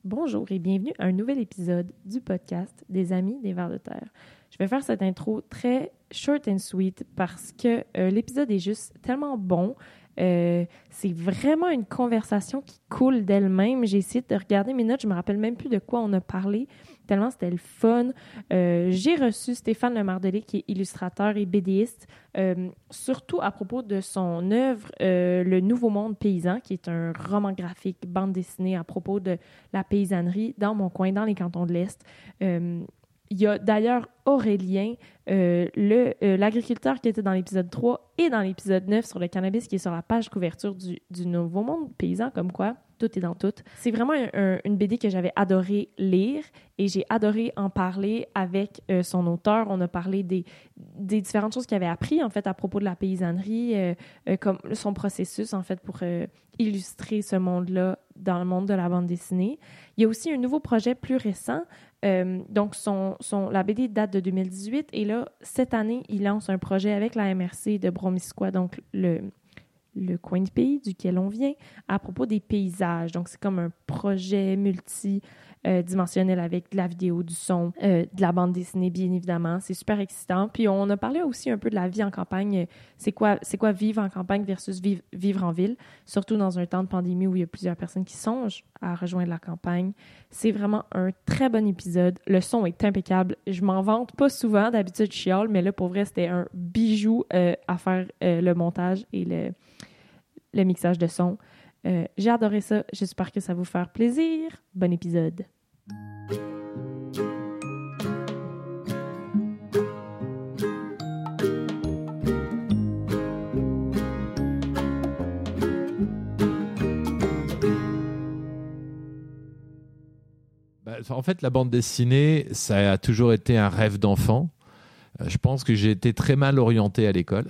Bonjour et bienvenue à un nouvel épisode du podcast des Amis des Vers de Terre. Je vais faire cette intro très short and sweet parce que l'épisode est juste tellement bon. C'est vraiment une conversation qui coule d'elle-même. J'ai essayé de regarder mes notes, je me rappelle même plus de quoi on a parlé, tellement c'était le fun. J'ai reçu Stéphane Lemardelet, qui est illustrateur et BDiste, surtout à propos de son œuvre Le Nouveau Monde paysan, qui est un roman graphique, bande dessinée à propos de la paysannerie dans mon coin, dans les cantons de l'Est. Il y a d'ailleurs Aurélien, l'agriculteur qui était dans l'épisode 3 et dans l'épisode 9 sur le cannabis, qui est sur la page couverture du Nouveau Monde paysan, comme quoi tout est dans tout. C'est vraiment une BD que j'avais adoré lire et j'ai adoré en parler avec son auteur. On a parlé des différentes choses qu'il avait appris en fait à propos de la paysannerie, comme son processus en fait pour illustrer ce monde-là dans le monde de la bande dessinée. Il y a aussi un nouveau projet plus récent. Donc, la BD date de 2018 et là, cette année, il lance un projet avec la MRC de Bromisquois, donc le coin du pays duquel on vient, à propos des paysages. Donc, c'est comme un projet multidimensionnel avec de la vidéo, du son, de la bande dessinée, bien évidemment. C'est super excitant. Puis, on a parlé aussi un peu de la vie en campagne. C'est quoi vivre en campagne versus vivre en ville, surtout dans un temps de pandémie où il y a plusieurs personnes qui songent à rejoindre la campagne. C'est vraiment un très bon épisode. Le son est impeccable. Je m'en vante pas souvent. D'habitude, je chiale, mais là, pour vrai, c'était un bijou à faire le montage et le mixage de son. J'ai adoré ça. J'espère que ça va vous faire plaisir. Bon épisode. En fait, la bande dessinée, ça a toujours été un rêve d'enfant. Je pense que j'ai été très mal orienté à l'école.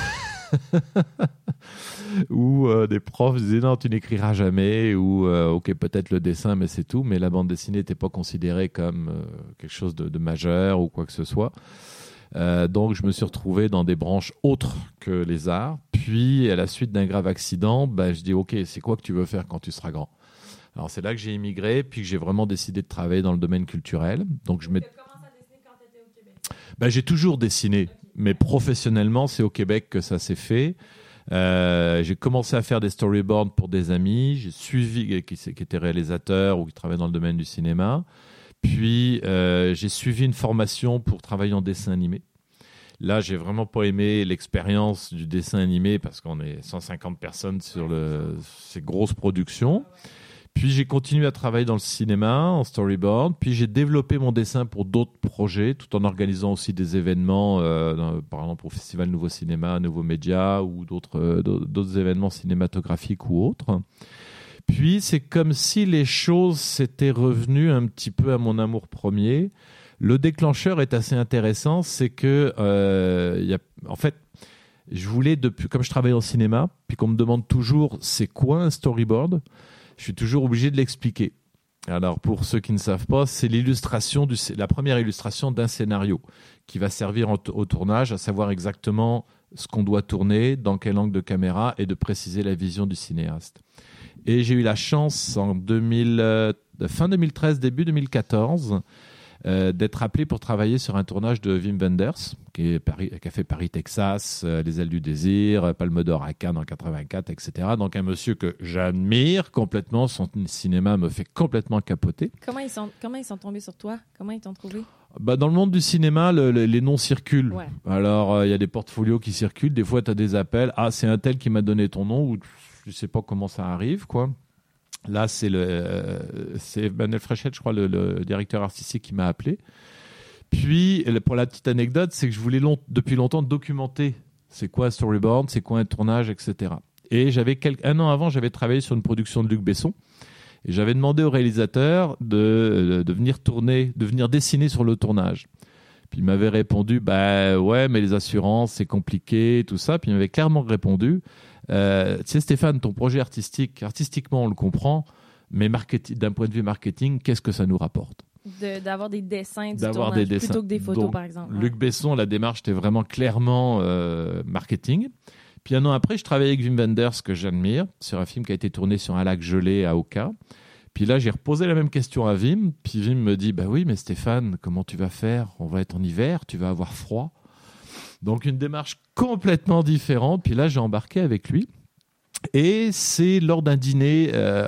Où des profs disaient non, tu n'écriras jamais, ou ok, peut-être le dessin, mais c'est tout. Mais la bande dessinée n'était pas considérée comme quelque chose de majeur ou quoi que ce soit. Donc, je me suis retrouvé dans des branches autres que les arts. Puis, à la suite d'un grave accident, je dis ok, c'est quoi que tu veux faire quand tu seras grand? Alors, c'est là que j'ai immigré, puis que j'ai vraiment décidé de travailler dans le domaine culturel. Donc, tu as commencé à dessiner quand tu étais au Québec? J'ai toujours dessiné, mais professionnellement, c'est au Québec que ça s'est fait. J'ai commencé à faire des storyboards pour des amis. J'ai suivi qui étaient réalisateurs ou qui travaillaient dans le domaine du cinéma. Puis, j'ai suivi une formation pour travailler en dessin animé. Là, j'ai vraiment pas aimé l'expérience du dessin animé parce qu'on est 150 personnes sur ces grosses productions. Puis j'ai continué à travailler dans le cinéma, en storyboard. Puis j'ai développé mon dessin pour d'autres projets, tout en organisant aussi des événements, par exemple au Festival Nouveau Cinéma, Nouveau Média, ou d'autres événements cinématographiques ou autres. Puis c'est comme si les choses s'étaient revenues un petit peu à mon amour premier. Le déclencheur est assez intéressant, c'est que, en fait, je voulais, comme je travaille en cinéma, puis qu'on me demande toujours c'est quoi un storyboard, je suis toujours obligé de l'expliquer. Alors, pour ceux qui ne savent pas, c'est la première illustration d'un scénario qui va servir au tournage, à savoir exactement ce qu'on doit tourner, dans quel angle de caméra, et de préciser la vision du cinéaste. Et j'ai eu la chance, fin 2013, début 2014, d'être appelé pour travailler sur un tournage de Wim Wenders, qui a fait Paris-Texas, Les Ailes du Désir, Palme d'Or à Cannes en 84, etc. Donc un monsieur que j'admire complètement, son cinéma me fait complètement capoter. Comment ils sont tombés sur toi? Comment ils t'ont trouvé? Dans le monde du cinéma, les noms circulent. Ouais. Alors, il y a des portfolios qui circulent. Des fois, tu as des appels. Ah, c'est un tel qui m'a donné ton nom, ou je ne sais pas comment ça arrive, quoi. Là, c'est Emmanuel Fréchette, je crois, le directeur artistique qui m'a appelé. Puis, pour la petite anecdote, c'est que je voulais depuis longtemps documenter c'est quoi un storyboard, c'est quoi un tournage, etc. Et un an avant, j'avais travaillé sur une production de Luc Besson. Et j'avais demandé au réalisateur de venir dessiner sur le tournage. Puis il m'avait répondu, ouais, mais les assurances, c'est compliqué, tout ça. Puis il m'avait clairement répondu, tu sais Stéphane, ton projet artistiquement on le comprend, mais d'un point de vue marketing, qu'est-ce que ça nous rapporte? D'avoir des dessins du tournage plutôt que des photos. Donc, par exemple. Luc Besson, la démarche était vraiment clairement marketing. Puis un an après, je travaillais avec Wim Wenders, que j'admire, sur un film qui a été tourné sur un lac gelé à Oka. Puis là, j'ai reposé la même question à Wim. Puis Wim me dit, bah oui, mais Stéphane, comment tu vas faire? On va être en hiver, tu vas avoir froid. Donc, une démarche complètement différente. Puis là, j'ai embarqué avec lui. Et c'est lors d'un dîner,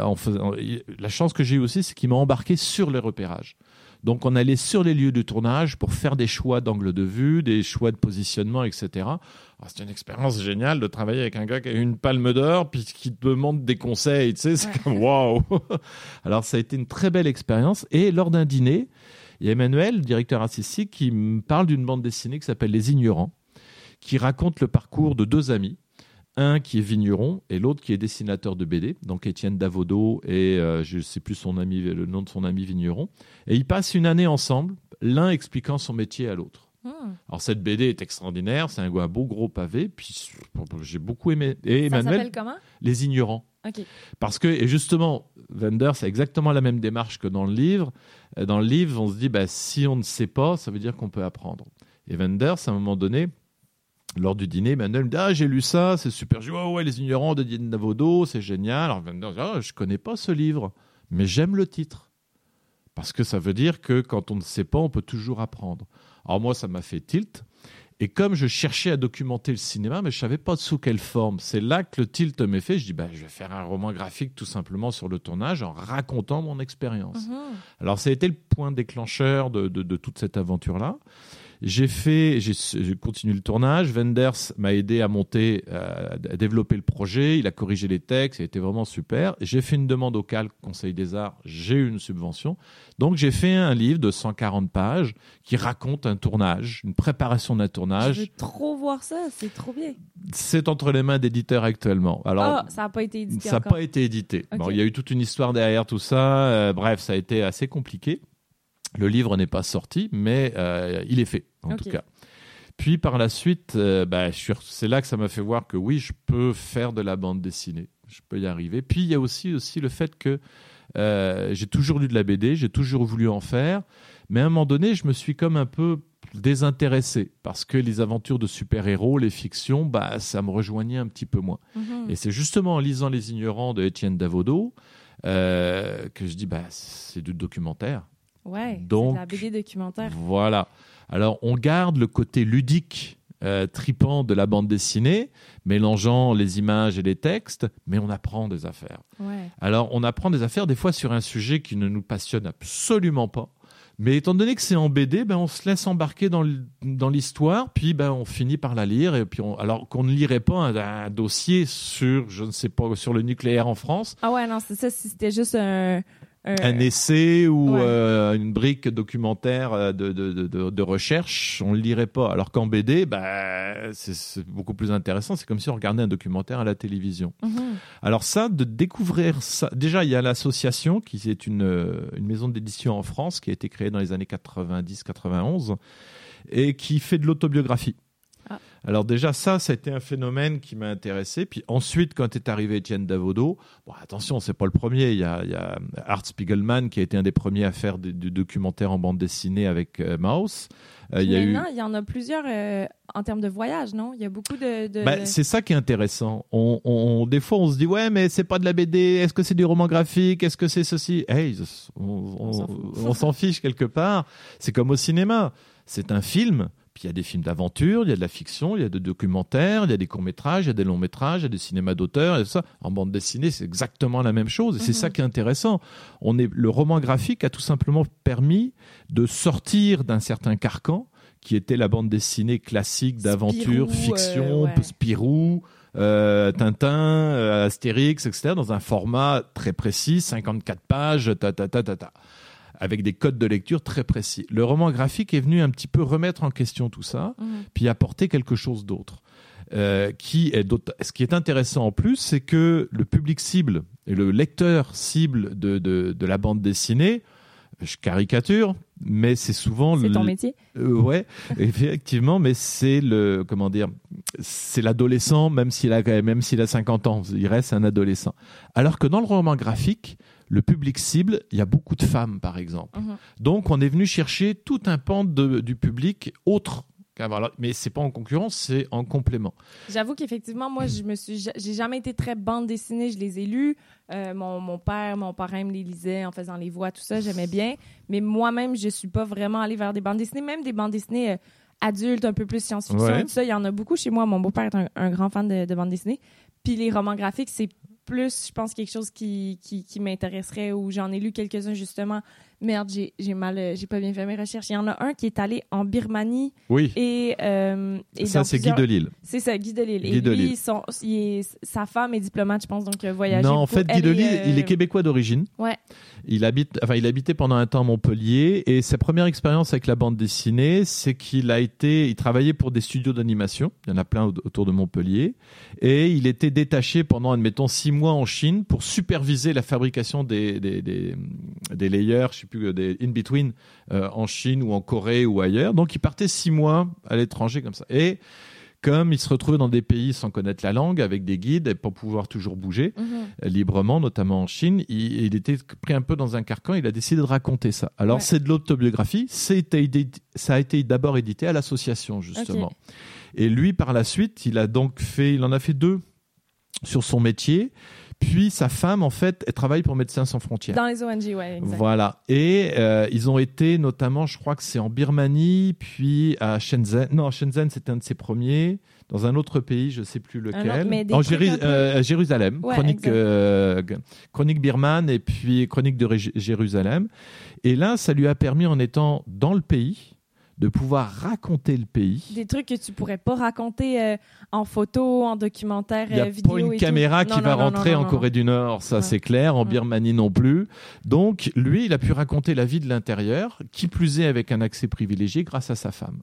la chance que j'ai eue aussi, c'est qu'il m'a embarqué sur les repérages. Donc, on allait sur les lieux de tournage pour faire des choix d'angle de vue, des choix de positionnement, etc. Alors, c'est une expérience géniale de travailler avec un gars qui a une palme d'or puis qui te demande des conseils. Tu sais, c'est comme waouh. Alors, ça a été une très belle expérience. Et lors d'un dîner, il y a Emmanuel, le directeur artistique, qui me parle d'une bande dessinée qui s'appelle Les Ignorants, qui raconte le parcours de deux amis. Un qui est vigneron et l'autre qui est dessinateur de BD, donc Étienne Davodo et je ne sais plus le nom de son ami vigneron. Et ils passent une année ensemble, l'un expliquant son métier à l'autre. Alors cette BD est extraordinaire, c'est un beau gros pavé, puis j'ai beaucoup aimé. Et ça Emmanuel, s'appelle comment? Les Ignorants. Okay. Parce que, et justement, Wenders, c'est exactement la même démarche que dans le livre. Dans le livre, on se dit, si on ne sait pas, ça veut dire qu'on peut apprendre. Et Wenders, à un moment donné, lors du dîner, Emmanuel me dit, j'ai lu ça, c'est super. Je dis, ouais, Les Ignorants de Étienne Davodo, c'est génial. Alors Wenders dit, je connais pas ce livre, mais j'aime le titre. Parce que ça veut dire que quand on ne sait pas, on peut toujours apprendre. Alors moi, ça m'a fait tilt. Et comme je cherchais à documenter le cinéma, mais je ne savais pas sous quelle forme, c'est là que le tilt m'est fait. Je dis, je vais faire un roman graphique tout simplement sur le tournage en racontant mon expérience. Alors ça a été le point déclencheur de toute cette aventure-là. J'ai continué le tournage. Wenders m'a aidé à monter, à développer le projet. Il a corrigé les textes. Ça a été vraiment super. J'ai fait une demande au CAL, Conseil des Arts. J'ai eu une subvention. Donc, j'ai fait un livre de 140 pages qui raconte un tournage, une préparation d'un tournage. Je veux trop voir ça. C'est trop bien. C'est entre les mains d'éditeurs actuellement. Alors, ça n'a pas été édité ça encore. Ça n'a pas été édité. Okay. Bon, il y a eu toute une histoire derrière tout ça. Bref, ça a été assez compliqué. Le livre n'est pas sorti, mais il est fait, en tout cas. Puis par la suite, c'est là que ça m'a fait voir que oui, je peux faire de la bande dessinée. Je peux y arriver. Puis il y a aussi le fait que j'ai toujours lu de la BD, j'ai toujours voulu en faire. Mais à un moment donné, je me suis comme un peu désintéressé parce que les aventures de super-héros, les fictions, ça me rejoignait un petit peu moins. Et c'est justement en lisant Les Ignorants de Étienne Davodo que je dis, c'est du documentaire. Ouais, donc, c'est de la BD documentaire. Voilà. Alors, on garde le côté ludique, tripant de la bande dessinée, mélangeant les images et les textes, mais on apprend des affaires. Ouais. Alors, on apprend des affaires des fois sur un sujet qui ne nous passionne absolument pas. Mais étant donné que c'est en BD, on se laisse embarquer dans l'histoire, puis on finit par la lire. Et puis alors qu'on ne lirait pas un dossier sur, je ne sais pas, sur le nucléaire en France. Ah ouais, non, c'est ça. Si c'était juste un essai ou une brique documentaire de recherche, on ne le lirait pas. Alors qu'en BD, c'est beaucoup plus intéressant. C'est comme si on regardait un documentaire à la télévision. Alors ça, de découvrir ça... Déjà, il y a l'association, qui est une maison d'édition en France, qui a été créée dans les années 90-91, et qui fait de l'autobiographie. Alors déjà, ça a été un phénomène qui m'a intéressé. Puis ensuite, quand est arrivé Étienne Davodo, attention, c'est pas le premier. Il y a Art Spiegelman qui a été un des premiers à faire du documentaire en bande dessinée avec Maus. Il y en a plusieurs en termes de voyage, non? Il y a beaucoup de... c'est ça qui est intéressant. Des fois, on se dit, ouais, mais c'est pas de la BD. Est-ce que c'est du roman graphique? Est-ce que c'est ceci? On s'en fiche quelque part. C'est comme au cinéma. C'est un film. Puis il y a des films d'aventure, il y a de la fiction, il y a des documentaires, il y a des courts-métrages, il y a des longs-métrages, il y a des cinémas d'auteur, et tout ça. En bande dessinée, c'est exactement la même chose. Et c'est ça qui est intéressant. Le roman graphique a tout simplement permis de sortir d'un certain carcan qui était la bande dessinée classique d'aventure, fiction, Spirou, Tintin, Astérix, etc., dans un format très précis, 54 pages, avec des codes de lecture très précis. Le roman graphique est venu un petit peu remettre en question tout ça, puis apporter quelque chose d'autre. Ce qui est intéressant en plus, c'est que le public cible et le lecteur cible de la bande dessinée, je caricature, mais c'est souvent... C'est ton métier. Ouais, effectivement, mais c'est c'est l'adolescent, même s'il a 50 ans, il reste un adolescent. Alors que dans le roman graphique, le public cible, il y a beaucoup de femmes, par exemple. Donc, on est venu chercher tout un pan du public autre Alors, mais c'est pas en concurrence, c'est en complément. J'avoue qu'effectivement, moi, j'ai jamais été très bande dessinée. Je les ai lus. Mon père, mon parrain me les lisait en faisant les voix, tout ça. J'aimais bien. Mais moi-même, je suis pas vraiment allée vers des bandes dessinées, même des bandes dessinées adultes, un peu plus science-fiction. Tout ça, il y en a beaucoup chez moi. Mon beau-père est un grand fan de bandes dessinées. Puis les romans graphiques, c'est plus, je pense, quelque chose qui m'intéresserait, ou j'en ai lu quelques-uns justement. Merde, j'ai pas bien fait mes recherches. Il y en a un qui est allé en Birmanie. Oui. Et ça, c'est Guy Delisle. C'est ça, Guy Delisle. Et lui, sa femme est diplomate, je pense, donc voyager. Non, en fait, Guy Delisle, il est québécois d'origine. Ouais. Il habitait pendant un temps à Montpellier, et sa première expérience avec la bande dessinée, c'est il travaillait pour des studios d'animation. Il y en a plein autour de Montpellier. Et il était détaché pendant, admettons, 6 mois en Chine pour superviser la fabrication des layers, je sais plus, des in-between en Chine ou en Corée ou ailleurs. Donc, il partait 6 mois à l'étranger comme ça. Et comme il se retrouvait dans des pays sans connaître la langue, avec des guides, et pour pouvoir toujours bouger librement, notamment en Chine, il était pris un peu dans un carcan. Il a décidé de raconter ça. Alors, c'est de l'autobiographie. Ça a été d'abord édité à l'association, justement. Okay. Et lui, par la suite, il en a fait 2 sur son métier. Puis sa femme, en fait, elle travaille pour Médecins sans frontières. Dans les ONG, ouais, exact. Voilà. Et ils ont été notamment, je crois que c'est en Birmanie, puis à Shenzhen. Non, Shenzhen, c'était un de ses premiers. Dans un autre pays, je ne sais plus lequel. Jérusalem. Ouais, chronique birmane et puis chronique de Jérusalem. Et là, ça lui a permis, en étant dans le pays, de pouvoir raconter le pays. Des trucs que tu pourrais pas raconter en photo, en documentaire, vidéo. Il n'y a pas une caméra qui va rentrer en Corée du Nord, ça c'est clair, en Birmanie non plus. Donc lui, il a pu raconter la vie de l'intérieur, qui plus est avec un accès privilégié grâce à sa femme.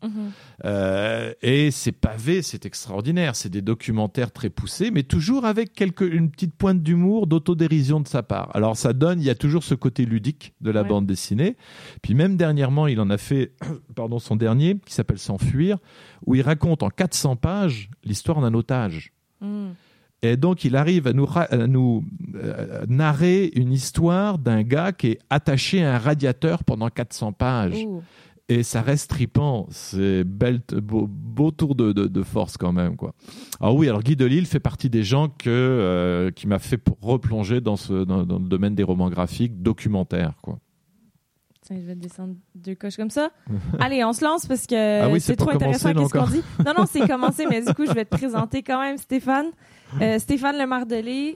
Et c'est pavé, c'est extraordinaire. C'est des documentaires très poussés, mais toujours avec une petite pointe d'humour, d'autodérision de sa part. Alors ça donne, il y a toujours ce côté ludique de la bande dessinée. Puis même dernièrement, il en a fait son dernier, qui s'appelle S'enfuir, où il raconte en 400 pages l'histoire d'un otage. Et donc, il arrive à nous narrer une histoire d'un gars qui est attaché à un radiateur pendant 400 pages. Et ça reste tripant. C'est beau tour de force quand même, quoi. Alors oui, Guy Delisle fait partie des gens qui m'a fait replonger dans le domaine des romans graphiques documentaires, quoi. Tiens, je vais descendre 2 coches comme ça. Allez, on se lance parce que c'est trop intéressant qu'est-ce qu'on dit. Non, c'est commencé, mais du coup, je vais te présenter quand même Stéphane. Stéphane Lemardelé,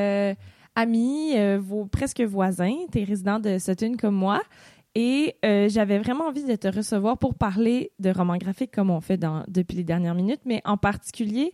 ami, presque voisin. T'es résident de Sutton comme moi. Et j'avais vraiment envie de te recevoir pour parler de romans graphiques comme on fait depuis les dernières minutes, mais en particulier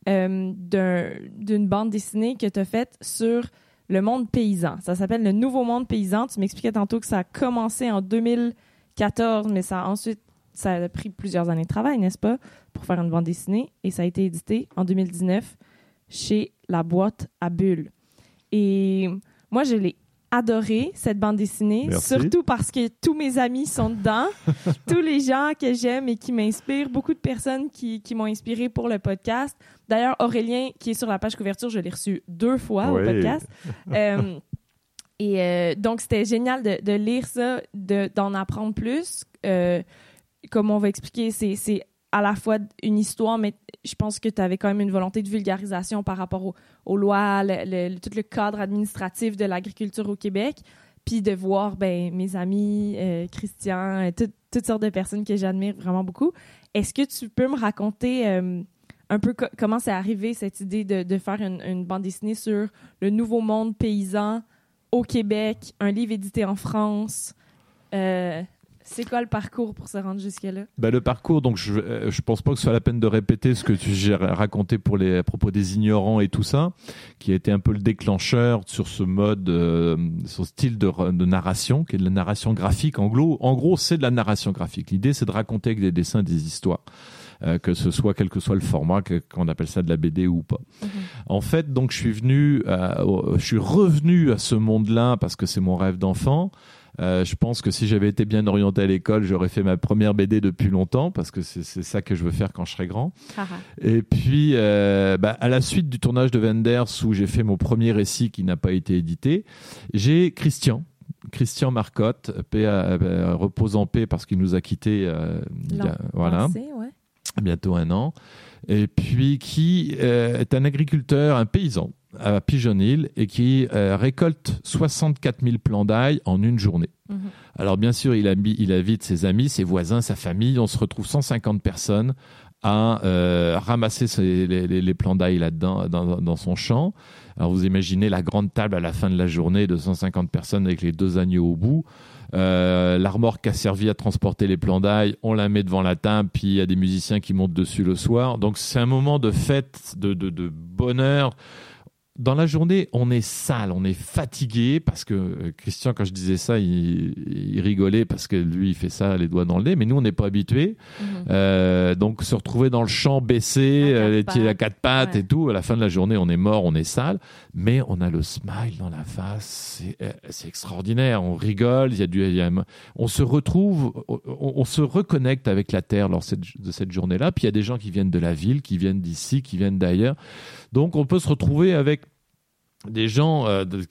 d'une bande dessinée que tu as faite sur le monde paysan. Ça s'appelle Le Nouveau Monde paysan. Tu m'expliquais tantôt que ça a commencé en 2014, mais ça a pris plusieurs années de travail, n'est-ce pas, pour faire une bande dessinée. Et ça a été édité en 2019 chez La Boîte à Bulles. Et moi, je l'ai adoré, cette bande dessinée. Merci. Surtout parce que tous mes amis sont dedans. Tous les gens que j'aime et qui m'inspirent. Beaucoup de personnes qui m'ont inspiré pour le podcast. D'ailleurs, Aurélien, qui est sur la page couverture, je l'ai reçu 2 fois au podcast. Donc, c'était génial de lire ça, d'en apprendre plus. Comme on va expliquer, c'est à la fois une histoire, mais je pense que tu avais quand même une volonté de vulgarisation par rapport aux lois, tout le cadre administratif de l'agriculture au Québec, puis de voir mes amis, Christian, toutes sortes de personnes que j'admire vraiment beaucoup. Est-ce que tu peux me raconter un peu comment c'est arrivé, cette idée de faire une bande dessinée sur le nouveau monde paysan au Québec, un livre édité en France? C'est quoi le parcours pour se rendre jusque-là? Le parcours, donc je pense pas que ce soit la peine de répéter ce que j'ai raconté à propos des ignorants et tout ça, qui a été un peu le déclencheur sur ce mode, ce style de narration, qui est de la narration graphique. En gros, c'est de la narration graphique. L'idée, c'est de raconter avec des dessins des histoires. Que ce soit, quel que soit le format, qu'on appelle ça de la BD ou pas. En fait, donc, je suis revenu à ce monde-là parce que c'est mon rêve d'enfant. Je pense que si j'avais été bien orienté à l'école, j'aurais fait ma première BD depuis longtemps parce que c'est ça que je veux faire quand je serai grand. Et puis, à la suite du tournage de Wenders où j'ai fait mon premier récit qui n'a pas été édité, j'ai Christian Marcotte, repose en paix parce qu'il nous a quittés. Voilà. bientôt 1 an, et puis qui est un agriculteur, un paysan à Pigeon Hill, et qui récolte 64 000 plants d'ail en une journée. Alors bien sûr, il invite ses amis, ses voisins, sa famille. On se retrouve 150 personnes à ramasser les plants d'ail là-dedans, dans son champ. Alors vous imaginez la grande table à la fin de la journée de 150 personnes avec les 2 agneaux au bout. La remorque a servi à transporter les plants d'ail, on la met devant la table, puis il y a des musiciens qui montent dessus le soir. Donc c'est un moment de fête, de bonheur. Dans la journée, on est sale, on est fatigué, parce que Christian, quand je disais ça, il rigolait parce que lui, il fait ça les doigts dans le nez, mais nous, on n'est pas habitués. Donc, se retrouver dans le champ baissé, les pieds à 4 pattes et tout, à la fin de la journée, on est mort, on est sale, mais on a le smile dans la face, c'est extraordinaire, on rigole, on se retrouve, on se reconnecte avec la terre lors de cette journée-là, puis il y a des gens qui viennent de la ville, qui viennent d'ici, qui viennent d'ailleurs, donc on peut se retrouver avec des gens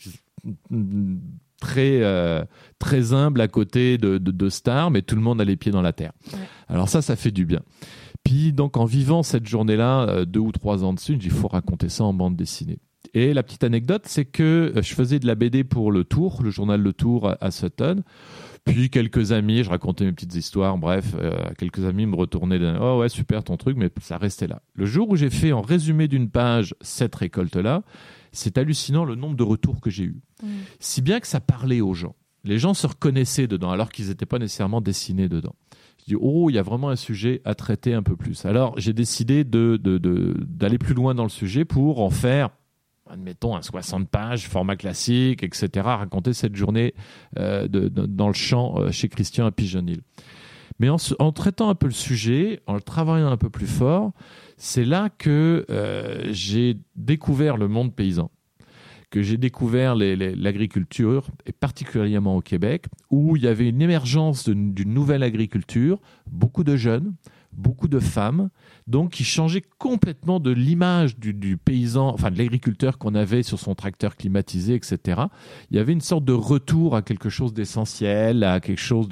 très humbles à côté de stars, mais tout le monde a les pieds dans la terre. Ouais. Alors ça fait du bien. Puis donc en vivant cette journée-là, 2 ou 3 ans dessus, il faut raconter ça en bande dessinée. Et la petite anecdote, c'est que je faisais de la BD pour Le Tour, le journal Le Tour à Sutton. Puis quelques amis, je racontais mes petites histoires, bref, quelques amis me retournaient « Oh ouais, super ton truc », mais ça restait là. Le jour où j'ai fait en résumé d'une page cette récolte-là, c'est hallucinant le nombre de retours que j'ai eus. Si bien que ça parlait aux gens. Les gens se reconnaissaient dedans, alors qu'ils n'étaient pas nécessairement dessinés dedans. Je dis, oh, il y a vraiment un sujet à traiter un peu plus. Alors, j'ai décidé d'aller plus loin dans le sujet pour en faire, admettons, un 60 pages, format classique, etc., raconter cette journée dans le champ chez Christian à Pigeon Hill. Mais en traitant un peu le sujet, en le travaillant un peu plus fort, c'est là que j'ai découvert le monde paysan, que j'ai découvert l'agriculture, et particulièrement au Québec, où il y avait une émergence d'une nouvelle agriculture, beaucoup de jeunes, beaucoup de femmes, donc qui changeaient complètement de l'image du paysan, enfin de l'agriculteur qu'on avait sur son tracteur climatisé, etc. Il y avait une sorte de retour à quelque chose d'essentiel, à quelque chose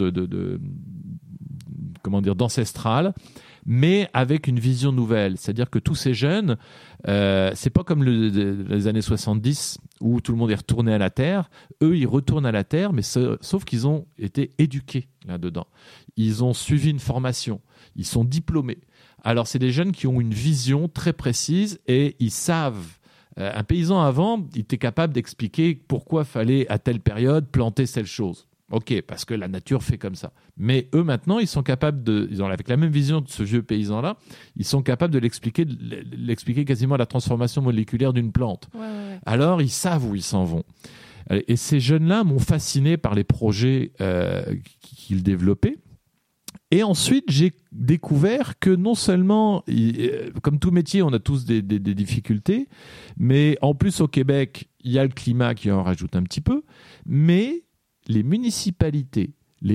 d'ancestral, mais avec une vision nouvelle. C'est-à-dire que tous ces jeunes, c'est pas comme les années 70 où tout le monde est retourné à la terre. Eux, ils retournent à la terre, mais sauf qu'ils ont été éduqués là-dedans. Ils ont suivi une formation. Ils sont diplômés. Alors, c'est des jeunes qui ont une vision très précise et ils savent. Un paysan avant, il était capable d'expliquer pourquoi fallait à telle période planter telle chose. Ok, parce que la nature fait comme ça. Mais eux, maintenant, ils sont capables avec la même vision de ce vieux paysan-là, ils sont capables de l'expliquer quasiment à la transformation moléculaire d'une plante. Ouais. Alors, ils savent où ils s'en vont. Et ces jeunes-là m'ont fasciné par les projets qu'ils développaient. Et ensuite, j'ai découvert que non seulement, comme tout métier, on a tous des difficultés, mais en plus, au Québec, il y a le climat qui en rajoute un petit peu, mais les municipalités,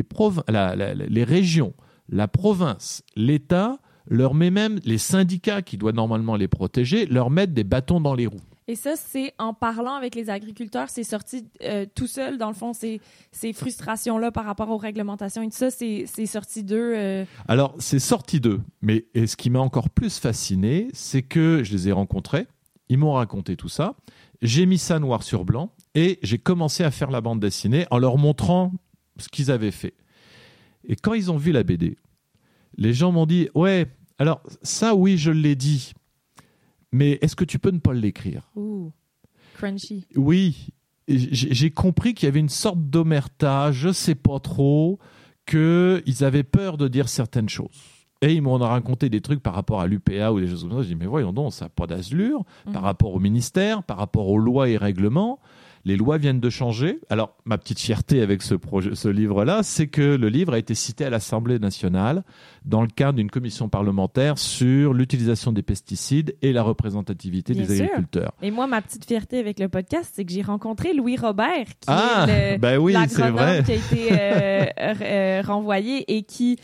les régions, la province, l'État, leur met même les syndicats qui doivent normalement les protéger, leur mettent des bâtons dans les roues. Et ça, c'est en parlant avec les agriculteurs, c'est sorti tout seul, dans le fond, ces frustrations-là par rapport aux réglementations et tout ça, c'est sorti d'eux. Alors, c'est sorti d'eux, mais ce qui m'a encore plus fasciné, c'est que je les ai rencontrés, ils m'ont raconté tout ça, j'ai mis ça noir sur blanc, et j'ai commencé à faire la bande dessinée en leur montrant ce qu'ils avaient fait. Et quand ils ont vu la BD, les gens m'ont dit « Ouais, alors ça, oui, je l'ai dit, mais est-ce que tu peux ne pas l'écrire ?» Ouh, crunchy. Oui, j'ai compris qu'il y avait une sorte d'omerta, je ne sais pas trop, qu'ils avaient peur de dire certaines choses. Et ils m'ont raconté des trucs par rapport à l'UPA ou des choses comme ça. Je dis, mais voyons donc, ça n'a pas d'azur par rapport au ministère, par rapport aux lois et règlements. Les lois viennent de changer. Alors, ma petite fierté avec ce livre-là, c'est que le livre a été cité à l'Assemblée nationale dans le cadre d'une commission parlementaire sur l'utilisation des pesticides et la représentativité des agriculteurs. Et moi, ma petite fierté avec le podcast, c'est que j'ai rencontré Louis Robert, qui est l'agronome qui a été renvoyé et qui...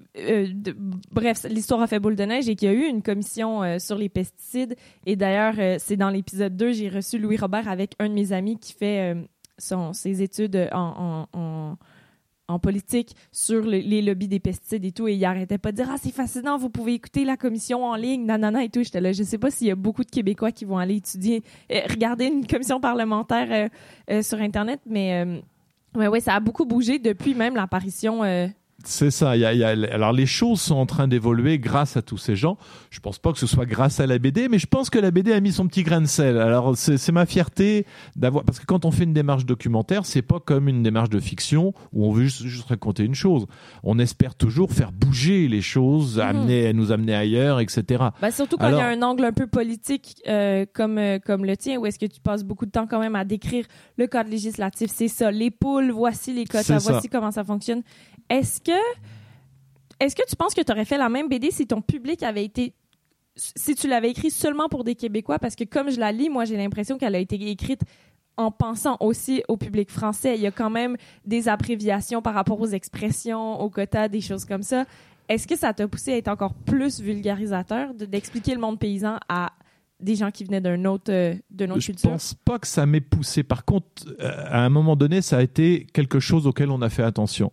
bref, l'histoire a fait boule de neige et qu'il y a eu une commission sur les pesticides. Et d'ailleurs, c'est dans l'épisode 2, j'ai reçu Louis Robert avec un de mes amis qui fait ses études en en politique sur les lobbies des pesticides et tout, et il arrêtait pas de dire « Ah, c'est fascinant, vous pouvez écouter la commission en ligne, nanana et tout ». J'étais là, je sais pas s'il y a beaucoup de Québécois qui vont aller étudier, regarder une commission parlementaire sur Internet, mais ouais, ça a beaucoup bougé depuis même l'apparition... C'est ça. Alors, les choses sont en train d'évoluer grâce à tous ces gens. Je pense pas que ce soit grâce à la BD, mais je pense que la BD a mis son petit grain de sel. Alors, c'est ma fierté d'avoir... Parce que quand on fait une démarche documentaire, c'est pas comme une démarche de fiction où on veut juste raconter une chose. On espère toujours faire bouger les choses, nous amener ailleurs, etc. Surtout quand il y a un angle un peu politique comme le tien, où est-ce que tu passes beaucoup de temps quand même à décrire le code législatif. C'est ça. Les poules, voici les quotas, voici comment ça fonctionne. Est-ce que tu penses que tu aurais fait la même BD si ton public avait été... Si tu l'avais écrit seulement pour des Québécois? Parce que comme je la lis, moi, j'ai l'impression qu'elle a été écrite en pensant aussi au public français. Il y a quand même des abréviations par rapport aux expressions, aux quotas, des choses comme ça. Est-ce que ça t'a poussé à être encore plus vulgarisateur, d'expliquer le monde paysan à des gens qui venaient d'une autre culture? Je pense pas que ça m'ait poussé. Par contre, à un moment donné, ça a été quelque chose auquel on a fait attention.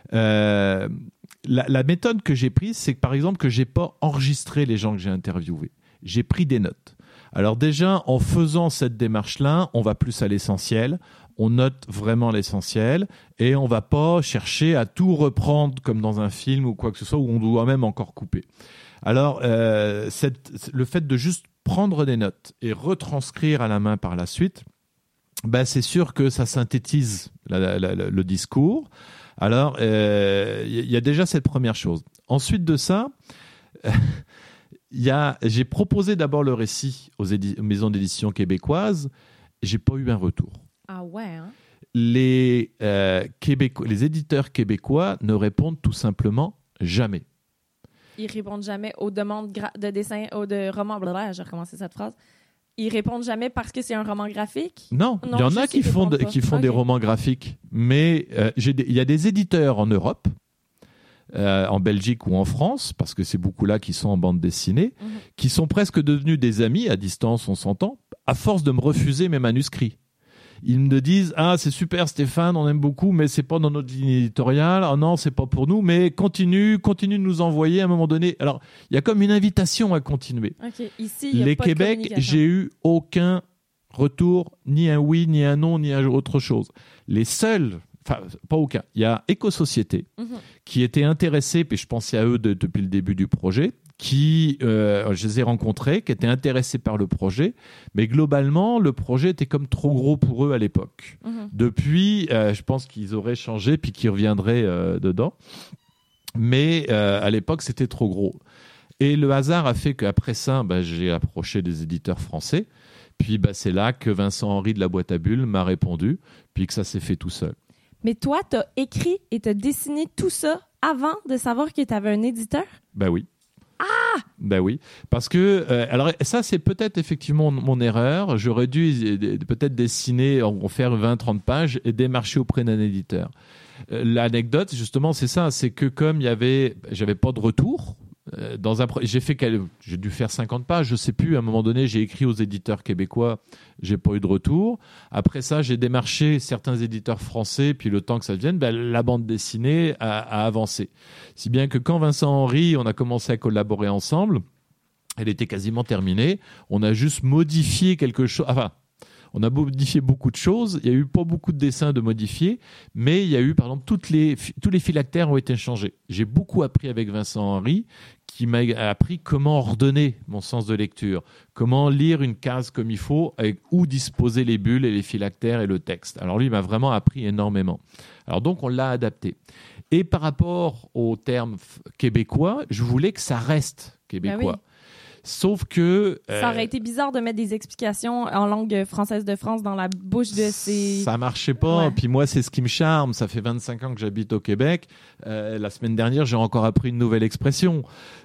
La méthode que j'ai prise, c'est que par exemple que j'ai pas enregistré les gens que j'ai interviewés. J'ai pris des notes. Alors déjà, en faisant cette démarche-là, on va plus à l'essentiel. On note vraiment l'essentiel et on va pas chercher à tout reprendre comme dans un film ou quoi que ce soit où on doit même encore couper. Alors, le fait de juste prendre des notes et retranscrire à la main par la suite, c'est sûr que ça synthétise le discours. Alors, il y a déjà cette première chose. Ensuite de ça, j'ai proposé d'abord le récit aux maisons d'édition québécoises. J'ai pas eu un retour. Ah ouais, hein? Les éditeurs québécois ne répondent tout simplement jamais. Ils répondent jamais aux demandes de dessin ou de romans. Blablabla, j'ai recommencé cette phrase. Ils répondent jamais parce que c'est un roman graphique? Non, il y en a qui font des romans graphiques. Mais il y a des éditeurs en Europe, en Belgique ou en France, parce que c'est beaucoup là qui sont en bande dessinée, qui sont presque devenus des amis, à distance on s'entend, à force de me refuser mes manuscrits. Ils me disent « Ah, c'est super Stéphane, on aime beaucoup, mais c'est pas dans notre ligne éditoriale. Ah non, c'est pas pour nous, mais continue de nous envoyer à un moment donné. » Alors, il y a comme une invitation à continuer. Okay. Ici, y a Les pas Québec, j'ai eu aucun retour, ni un oui, ni un non, ni autre chose. Les seuls, enfin, pas aucun. Il y a Éco-Société qui était intéressé, puis je pensais à eux depuis le début du projet, je les ai rencontrés, qui étaient intéressés par le projet, mais globalement, le projet était comme trop gros pour eux à l'époque. Depuis, je pense qu'ils auraient changé, puis qu'ils reviendraient dedans. Mais à l'époque, c'était trop gros. Et le hasard a fait qu'après ça, j'ai approché des éditeurs français. Puis c'est là que Vincent Henry de la Boîte à Bulles m'a répondu, puis que ça s'est fait tout seul. Mais toi, t'as écrit et t'as dessiné tout ça avant de savoir que t'avais un éditeur? Oui. Ah! Oui, parce que alors ça c'est peut-être effectivement mon erreur. J'aurais dû peut-être dessiner, en faire 20-30 pages et démarcher auprès d'un éditeur. L'anecdote justement c'est ça, c'est que comme j'avais pas de retour. J'ai dû faire 50 pages, je sais plus, à un moment donné j'ai écrit aux éditeurs québécois, j'ai pas eu de retour. Après ça j'ai démarché certains éditeurs français, puis le temps que ça vienne, la bande dessinée a avancé. Si bien que quand Vincent Henry, on a commencé à collaborer ensemble, elle était quasiment terminée, on a juste modifié quelque chose, on a modifié beaucoup de choses. Il n'y a eu pas beaucoup de dessins de modifier, mais il y a eu, par exemple, tous les phylactères ont été changés. J'ai beaucoup appris avec Vincent Henry, qui m'a appris comment ordonner mon sens de lecture, comment lire une case comme il faut, où disposer les bulles et les phylactères et le texte. Alors lui, il m'a vraiment appris énormément. Alors donc, on l'a adapté. Et par rapport aux termes québécois, je voulais que ça reste québécois. Oui. Sauf que... ça aurait été bizarre de mettre des explications en langue française de France dans la bouche de ces... Ça marchait pas. Ouais. Puis moi, c'est ce qui me charme. Ça fait 25 ans que j'habite au Québec. La semaine dernière, j'ai encore appris une nouvelle expression.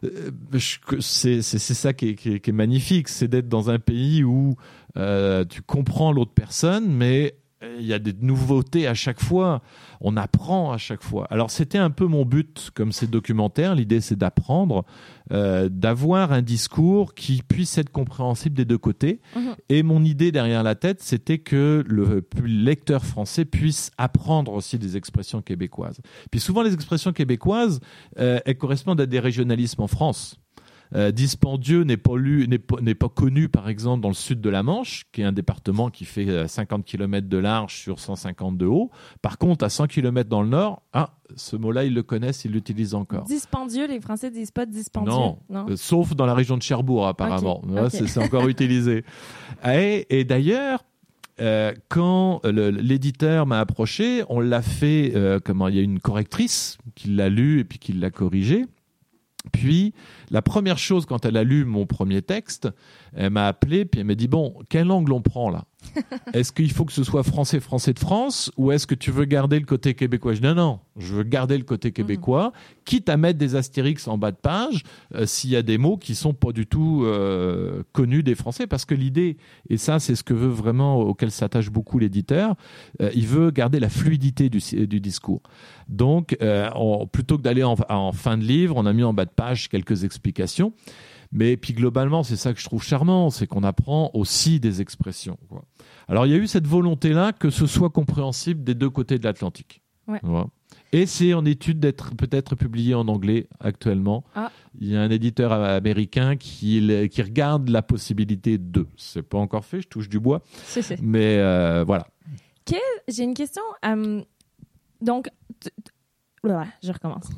C'est ça qui est magnifique. C'est d'être dans un pays où tu comprends l'autre personne, mais il y a des nouveautés à chaque fois, on apprend à chaque fois. Alors c'était un peu mon but comme ces documentaires, l'idée c'est d'apprendre, d'avoir un discours qui puisse être compréhensible des deux côtés. Et mon idée derrière la tête, c'était que le lecteur français puisse apprendre aussi des expressions québécoises. Puis souvent les expressions québécoises, elles correspondent à des régionalismes en France. Dispendieux n'est pas connu par exemple dans le sud de la Manche, qui est un département qui fait 50 km de large sur 150 de haut. Par contre, à 100 km dans le nord, ce mot-là, ils le connaissent, ils l'utilisent encore. Dispendieux, les Français disent pas dispendieux. Non. Sauf dans la région de Cherbourg apparemment. Okay. C'est encore utilisé. Et d'ailleurs, quand l'éditeur m'a approché, on l'a fait, il y a une correctrice qui l'a lu et puis qui l'a corrigé. Puis, la première chose, quand elle a lu mon premier texte, elle m'a appelé, puis elle m'a dit, bon, quel angle on prend là ? Est-ce qu'il faut que ce soit français de France, ou est-ce que tu veux garder le côté québécois ? Je dis, non, je veux garder le côté québécois, quitte à mettre des astérix en bas de page, s'il y a des mots qui sont pas du tout connus des Français, parce que l'idée, et ça c'est ce que veut vraiment, auquel s'attache beaucoup l'éditeur, il veut garder la fluidité du discours. Donc, plutôt que d'aller en fin de livre, on a mis en bas de page quelques explications. Mais puis globalement, c'est ça que je trouve charmant, c'est qu'on apprend aussi des expressions, quoi. Alors il y a eu cette volonté-là que ce soit compréhensible des deux côtés de l'Atlantique. Ouais. Voilà. Et c'est en étude d'être peut-être publié en anglais actuellement. Il y a un éditeur américain qui regarde la possibilité de. C'est pas encore fait, je touche du bois. Mais voilà. J'ai une question. Donc, je recommence.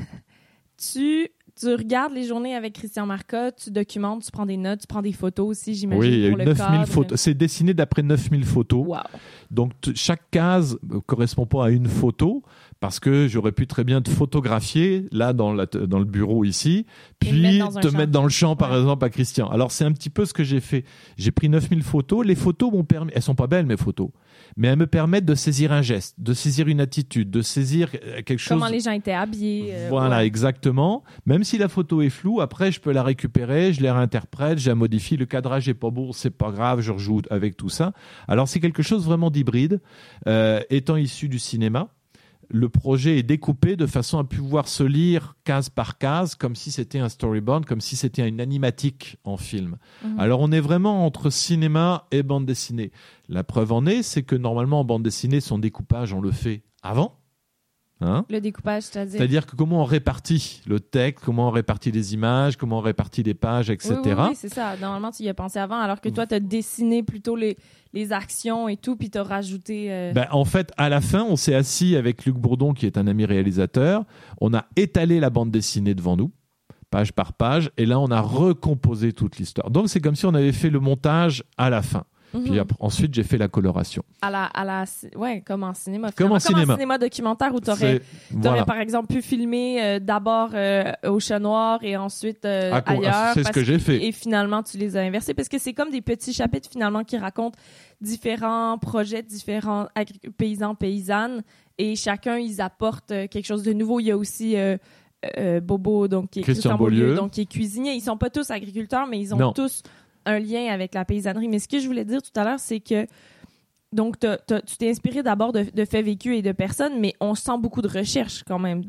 Tu regardes les journées avec Christian Marcotte, tu documentes, tu prends des notes, tu prends des photos aussi, j'imagine. Oui, il y a pour eu le 9000 photos. C'est dessiné d'après 9000 photos. Wow. Donc, chaque case ne correspond pas à une photo, parce que j'aurais pu très bien te photographier, là, dans le bureau ici, puis mettre dans le champ, par exemple, à Christian. Alors, c'est un petit peu ce que j'ai fait. J'ai pris 9000 photos. Les photos m'ont permis... Elles sont pas belles, mes photos. Mais elles me permettent de saisir un geste, de saisir une attitude, de saisir quelque chose... Comment les gens étaient habillés. Voilà, exactement. Même si la photo est floue, après, je peux la récupérer, je la réinterprète, je la modifie. Le cadrage est pas beau, c'est pas grave, je rejoue avec tout ça. Alors, c'est quelque chose vraiment d'hybride. Étant issu du cinéma, le projet est découpé de façon à pouvoir se lire case par case, comme si c'était un storyboard, comme si c'était une animatique en film. Alors, on est vraiment entre cinéma et bande dessinée. La preuve en est, c'est que normalement, en bande dessinée, son découpage, on le fait avant. Le découpage, c'est-à-dire que comment on répartit le texte, comment on répartit les images, comment on répartit les pages, etc. Oui, c'est ça. Normalement, tu y as pensé avant, alors que toi, tu as dessiné plutôt les actions et tout, puis tu as rajouté... En fait, à la fin, on s'est assis avec Luc Bourdon, qui est un ami réalisateur. On a étalé la bande dessinée devant nous, page par page, et là, on a recomposé toute l'histoire. Donc, c'est comme si on avait fait le montage à la fin. Puis ensuite, j'ai fait la coloration. Comme en cinéma. Comme en cinéma documentaire où tu aurais, par exemple, pu filmer d'abord au Chat Noir et ensuite ailleurs. C'est ce que j'ai fait. Et finalement, tu les as inversés parce que c'est comme des petits chapitres finalement qui racontent différents projets, différents paysans, paysannes et chacun, ils apportent quelque chose de nouveau. Il y a aussi... Bobo, donc qui est Christian Beaulieu, donc qui est cuisinier. Ils sont pas tous agriculteurs, mais ils ont tous un lien avec la paysannerie. Mais ce que je voulais dire tout à l'heure, c'est que donc tu t'es inspiré d'abord de faits vécus et de personnes, mais on sent beaucoup de recherche quand même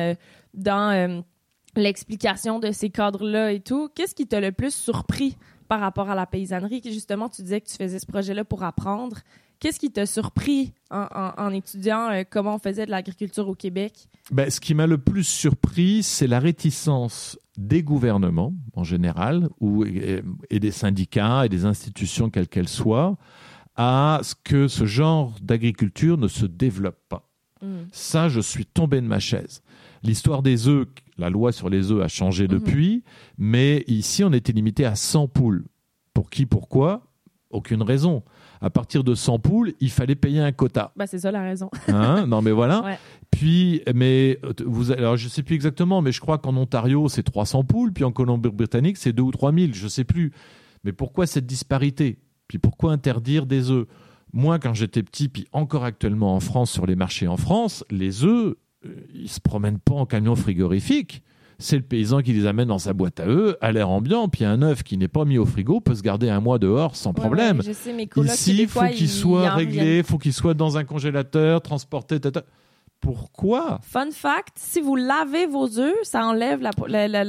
dans l'explication de ces cadres-là et tout. Qu'est-ce qui t'a le plus surpris par rapport à la paysannerie? Justement, tu disais que tu faisais ce projet-là pour apprendre. Qu'est-ce qui t'a surpris en étudiant comment on faisait de l'agriculture au Québec? Ce qui m'a le plus surpris, c'est la réticence des gouvernements, en général, et des syndicats et des institutions, quelles qu'elles soient, à ce que ce genre d'agriculture ne se développe pas. Ça, je suis tombé de ma chaise. L'histoire des œufs, la loi sur les œufs a changé depuis, mais ici, on était limité à 100 poules. Pour qui, pourquoi ? Aucune raison. À partir de 100 poules, il fallait payer un quota. C'est ça la raison. Non, mais voilà. Ouais. Puis, alors je ne sais plus exactement, mais je crois qu'en Ontario, c'est 300 poules, puis en Colombie-Britannique, c'est 2 ou 3 000, je ne sais plus. Mais pourquoi cette disparité ? Puis pourquoi interdire des œufs ? Moi, quand j'étais petit, puis encore actuellement en France, sur les marchés en France, les œufs, ils ne se promènent pas en camion frigorifique. c'est le paysan qui les amène dans sa boîte à œufs, à l'air ambiant, puis un œuf qui n'est pas mis au frigo peut se garder un mois dehors sans problème. Ouais, je sais, mes colocs Ici, il faut qu'il soit réglé, il faut qu'il soit dans un congélateur, transporté, Pourquoi? Fun fact, si vous lavez vos œufs, ça enlève la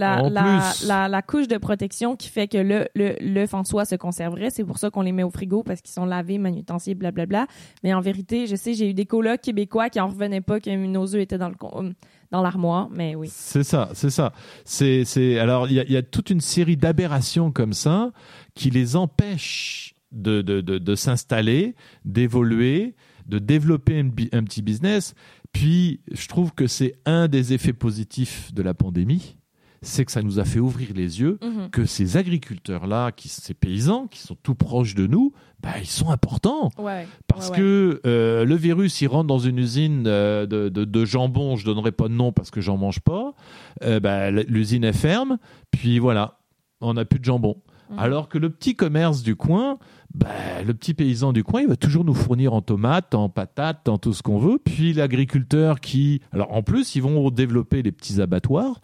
couche de protection qui fait que l'œuf en soi se conserverait. C'est pour ça qu'on les met au frigo, parce qu'ils sont lavés, manutensiers, blablabla. Mais en vérité, je sais, j'ai eu des colocs québécois qui en revenaient pas que nos œufs étaient dans l'armoire, mais oui. C'est ça. Alors, il y a toute une série d'aberrations comme ça qui les empêchent de s'installer, d'évoluer, de développer un petit business. Puis, je trouve que c'est un des effets positifs de la pandémie, c'est que ça nous a fait ouvrir les yeux, que ces agriculteurs-là, ces paysans qui sont tout proches de nous, ils sont importants. Parce que le virus, il rentre dans une usine de jambon, je ne donnerai pas de nom parce que j'en mange pas, l'usine est ferme, puis voilà, on n'a plus de jambon. Alors que le petit commerce du coin, le petit paysan du coin, il va toujours nous fournir en tomates, en patates, en tout ce qu'on veut. Puis l'agriculteur alors en plus, ils vont développer les petits abattoirs.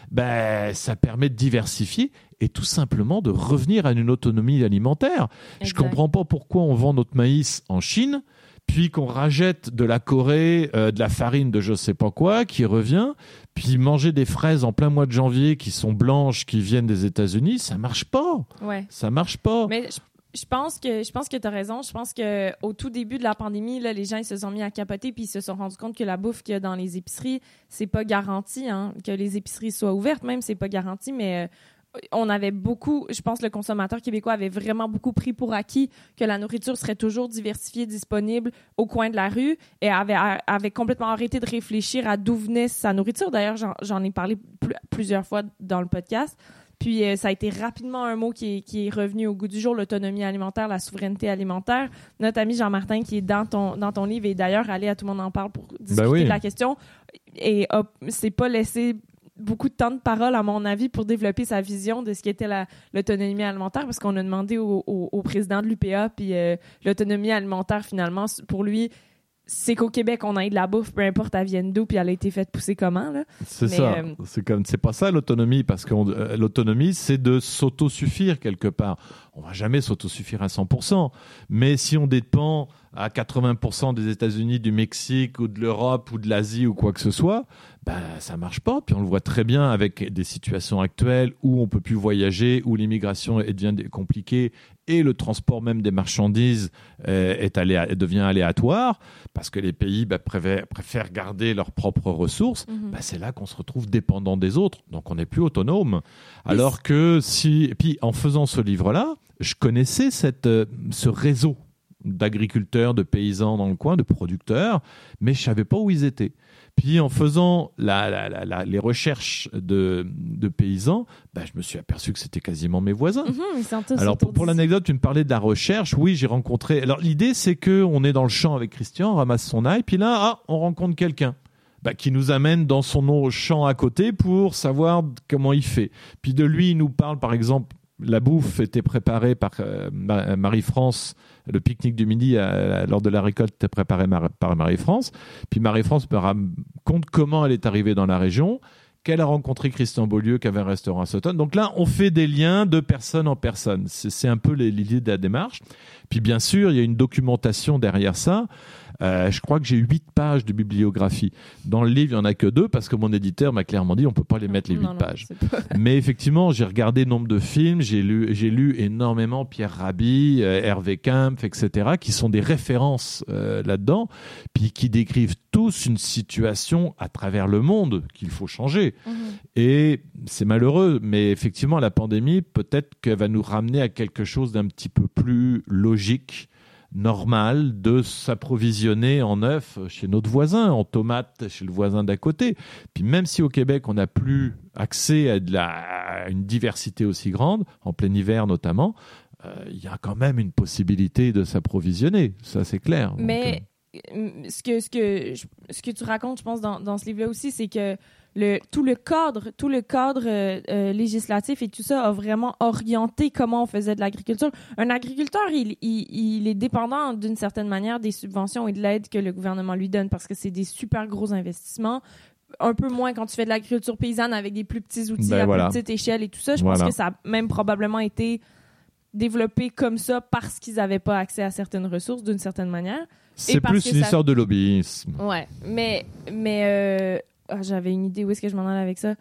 Ça permet de diversifier et tout simplement de revenir à une autonomie alimentaire. Exact. Je comprends pas pourquoi on vend notre maïs en Chine, puis qu'on rachète de la Corée, de la farine de je sais pas quoi, qui revient, puis manger des fraises en plein mois de janvier qui sont blanches, qui viennent des États-Unis, ça marche pas. Ça marche pas. Mais je pense que tu as raison. Je pense qu'au tout début de la pandémie, là, les gens ils se sont mis à capoter puis ils se sont rendus compte que la bouffe qu'il y a dans les épiceries, c'est pas garanti, que les épiceries soient ouvertes, même c'est pas garanti, mais on avait beaucoup, je pense le consommateur québécois avait vraiment beaucoup pris pour acquis que la nourriture serait toujours diversifiée, disponible au coin de la rue et avait complètement arrêté de réfléchir à d'où venait sa nourriture. D'ailleurs, j'en ai parlé plusieurs fois dans le podcast. Puis ça a été rapidement un mot qui est revenu au goût du jour, l'autonomie alimentaire, la souveraineté alimentaire. Notre ami Jean-Martin, qui est dans ton livre, et d'ailleurs allé à Tout le monde en parle pour discuter de la question, et s'est pas laissé beaucoup de temps de parole, à mon avis, pour développer sa vision de ce qu'était l'autonomie alimentaire, parce qu'on a demandé au président de l'UPA, puis l'autonomie alimentaire, finalement, pour lui, c'est qu'au Québec, on ait de la bouffe, peu importe elle vienne d'où, puis elle a été faite pousser comment, là. C'est pas ça l'autonomie, parce que l'autonomie, c'est de s'autosuffire quelque part. On va jamais s'autosuffire à 100%, mais si on dépend à 80% des États-Unis, du Mexique ou de l'Europe ou de l'Asie ou quoi que ce soit, ça marche pas. Puis on le voit très bien avec des situations actuelles où on peut plus voyager, où l'immigration devient compliquée et le transport même des marchandises devient aléatoire parce que les pays préfèrent garder leurs propres ressources. C'est là qu'on se retrouve dépendant des autres, donc on n'est plus autonome. Alors que et puis en faisant ce livre-là, je connaissais ce réseau d'agriculteurs, de paysans dans le coin, de producteurs, mais je savais pas où ils étaient. Puis en faisant les recherches de paysans, je me suis aperçu que c'était quasiment mes voisins. Alors pour l'anecdote, tu me parlais de la recherche. Oui, j'ai rencontré. Alors l'idée, c'est que on est dans le champ avec Christian, on ramasse son ail, puis là, on rencontre quelqu'un. Qui nous amène dans son champ à côté pour savoir comment il fait. Puis de lui, il nous parle, par exemple, la bouffe était préparée par Marie-France, le pique-nique du midi lors de la récolte était préparé par Marie-France. Puis Marie-France me raconte comment elle est arrivée dans la région, qu'elle a rencontré Christian Beaulieu qui avait un restaurant à Sutton. Donc là, on fait des liens de personne en personne. C'est un peu l'idée de la démarche. Puis bien sûr, il y a une documentation derrière ça. Je crois que j'ai 8 pages de bibliographie. Dans le livre, il n'y en a que 2 parce que mon éditeur m'a clairement dit on ne peut pas les mettre les 8 pages. Mais effectivement, j'ai regardé nombre de films, j'ai lu énormément Pierre Rabhi, Hervé Kempf, etc., qui sont des références là-dedans, puis qui décrivent tous une situation à travers le monde qu'il faut changer. Et c'est malheureux, mais effectivement, la pandémie, peut-être qu'elle va nous ramener à quelque chose d'un petit peu plus logique, normal, de s'approvisionner en œufs chez notre voisin, en tomates chez le voisin d'à côté. Puis même si au Québec, on n'a plus accès à une diversité aussi grande, en plein hiver notamment, il y a quand même une possibilité de s'approvisionner, ça c'est clair. Mais ce que tu racontes, je pense, dans ce livre-là aussi, c'est que tout le cadre législatif et tout ça a vraiment orienté comment on faisait de l'agriculture. Un agriculteur, il est dépendant d'une certaine manière des subventions et de l'aide que le gouvernement lui donne parce que c'est des super gros investissements un peu moins quand tu fais de l'agriculture paysanne avec des plus petits outils Ben à voilà. plus petite échelle et tout ça. Je pense que ça a même probablement été développé comme ça parce qu'ils n'avaient pas accès à certaines ressources d'une certaine manière. C'est plus une histoire de lobbyisme. Ouais, mais j'avais une idée où est-ce que je m'en allais avec ça.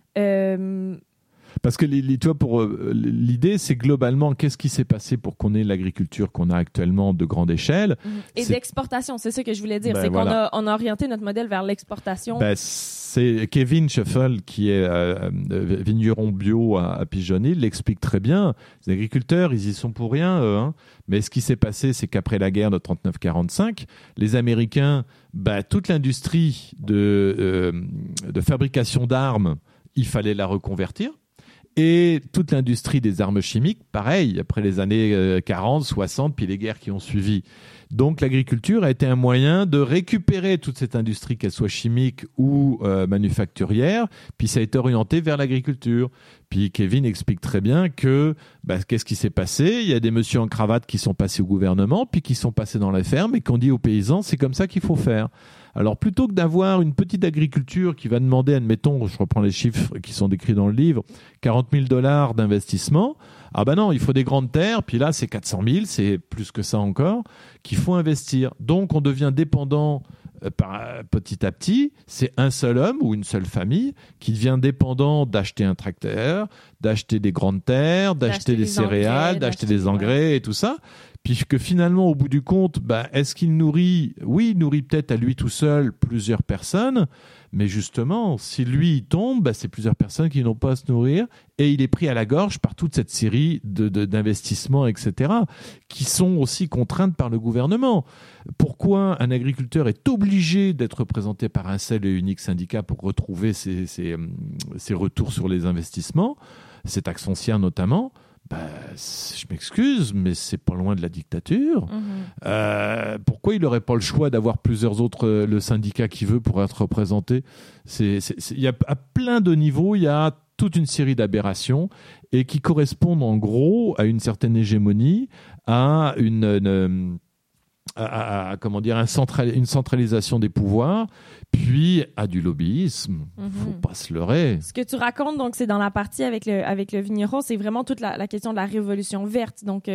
Parce que tu vois, l'idée, c'est globalement, qu'est-ce qui s'est passé pour qu'on ait l'agriculture qu'on a actuellement de grande échelle. Et d'exportation, c'est ça que je voulais dire. Ben c'est voilà. qu'on a orienté notre modèle vers l'exportation. Ben, c'est Kevin Scheffel, qui est vigneron bio à Pigeonnier, l'explique très bien. Les agriculteurs, ils y sont pour rien, eux, hein. Mais ce qui s'est passé, c'est qu'après la guerre de 39-45, les Américains, toute l'industrie de fabrication d'armes, il fallait la reconvertir. Et toute l'industrie des armes chimiques, pareil, après les années 40, 60, puis les guerres qui ont suivi. Donc l'agriculture a été un moyen de récupérer toute cette industrie, qu'elle soit chimique ou manufacturière, puis ça a été orienté vers l'agriculture. Puis Kevin explique très bien que qu'est-ce qui s'est passé ? Il y a des messieurs en cravate qui sont passés au gouvernement, puis qui sont passés dans la ferme et qui ont dit aux paysans, c'est comme ça qu'il faut faire. Alors, plutôt que d'avoir une petite agriculture qui va demander, admettons, je reprends les chiffres qui sont décrits dans le livre, $40,000 d'investissement, non, il faut des grandes terres, puis là, c'est 400 000, c'est plus que ça encore, qu'il faut investir. Donc, on devient dépendant petit à petit. C'est un seul homme ou une seule famille qui devient dépendant d'acheter un tracteur, d'acheter des grandes terres, d'acheter des céréales, d'acheter des engrais et tout ça. Puisque finalement, au bout du compte, est-ce qu'il nourrit ? Oui, il nourrit peut-être à lui tout seul plusieurs personnes, mais justement, si lui il tombe, c'est plusieurs personnes qui n'ont pas à se nourrir, et il est pris à la gorge par toute cette série d'investissements, etc., qui sont aussi contraintes par le gouvernement. Pourquoi un agriculteur est obligé d'être représenté par un seul et unique syndicat pour retrouver ses retours sur les investissements, ses taxes foncières notamment ? Je m'excuse, mais c'est pas loin de la dictature. Pourquoi il n'aurait pas le choix d'avoir plusieurs autres, le syndicat qu'il veut pour être représenté ? Il y a à plein de niveaux, il y a toute une série d'aberrations et qui correspondent en gros à une certaine hégémonie, à une centralisation des pouvoirs, puis à du lobbyisme. Faut pas se leurrer. Ce que tu racontes, donc, c'est dans la partie avec le vigneron, c'est vraiment toute la question de la révolution verte. Donc,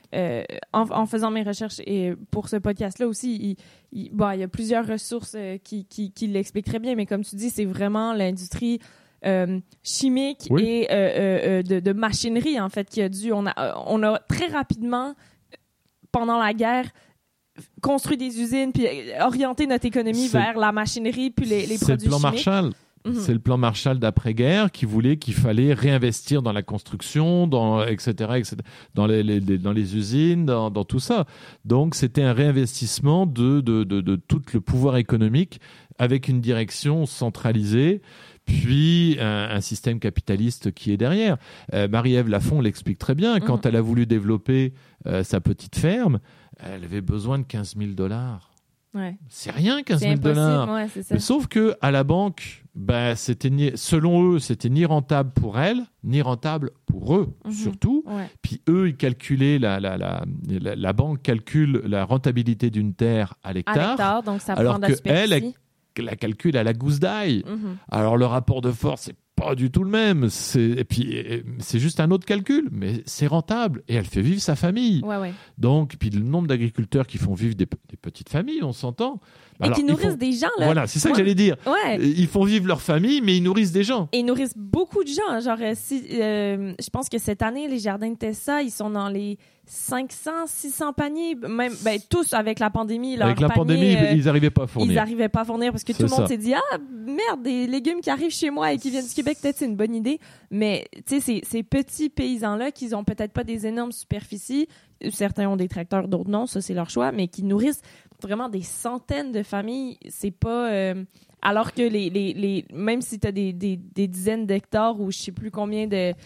en faisant mes recherches et pour ce podcast-là aussi, il y a plusieurs ressources qui l'expliquent très bien, mais comme tu dis, c'est vraiment l'industrie chimique et de machinerie, en fait, qui a dû... On a très rapidement, pendant la guerre, construit des usines puis orienter notre économie vers la machinerie puis les produits chimiques. C'est le plan Marshall. C'est le plan Marshall d'après-guerre qui voulait qu'il fallait réinvestir dans la construction, etc., dans les usines, dans tout ça. Donc, c'était un réinvestissement de tout le pouvoir économique avec une direction centralisée, puis un système capitaliste qui est derrière. Marie-Ève Lafont l'explique très bien. Quand elle a voulu développer sa petite ferme, elle avait besoin de $15,000. Ouais. C'est rien, $15,000. Ouais, c'est ça. Mais sauf que à la banque, selon eux, c'était ni rentable pour elle, ni rentable pour eux, surtout. Ouais. Puis eux, ils calculaient la banque calcule la rentabilité d'une terre à l'hectare, donc ça alors prend de la superficie. Elle la calcule à la gousse d'ail. Alors le rapport de force, c'est pas du tout le même. Et puis c'est juste un autre calcul, mais c'est rentable et elle fait vivre sa famille. Ouais. Donc, puis le nombre d'agriculteurs qui font vivre des petites familles, on s'entend. Et qui nourrissent des gens, là. Voilà, c'est ça que j'allais dire. Ouais. Ils font vivre leur famille, mais ils nourrissent des gens. Et ils nourrissent beaucoup de gens. Genre, je pense que cette année, les jardins de Tessa, ils sont dans les 500, 600 paniers. Même, tous avec la pandémie. Avec la pandémie, ils n'arrivaient pas à fournir. Ils n'arrivaient pas à fournir parce que tout le monde s'est dit, merde, des légumes qui arrivent chez moi et qui viennent du Québec, peut-être c'est une bonne idée. Mais, tu sais, ces petits paysans-là qui ont peut-être pas des énormes superficies, certains ont des tracteurs, d'autres non, ça c'est leur choix, mais qui nourrissent vraiment des centaines de familles, c'est pas... alors que même si tu as des dizaines d'hectares ou je sais plus combien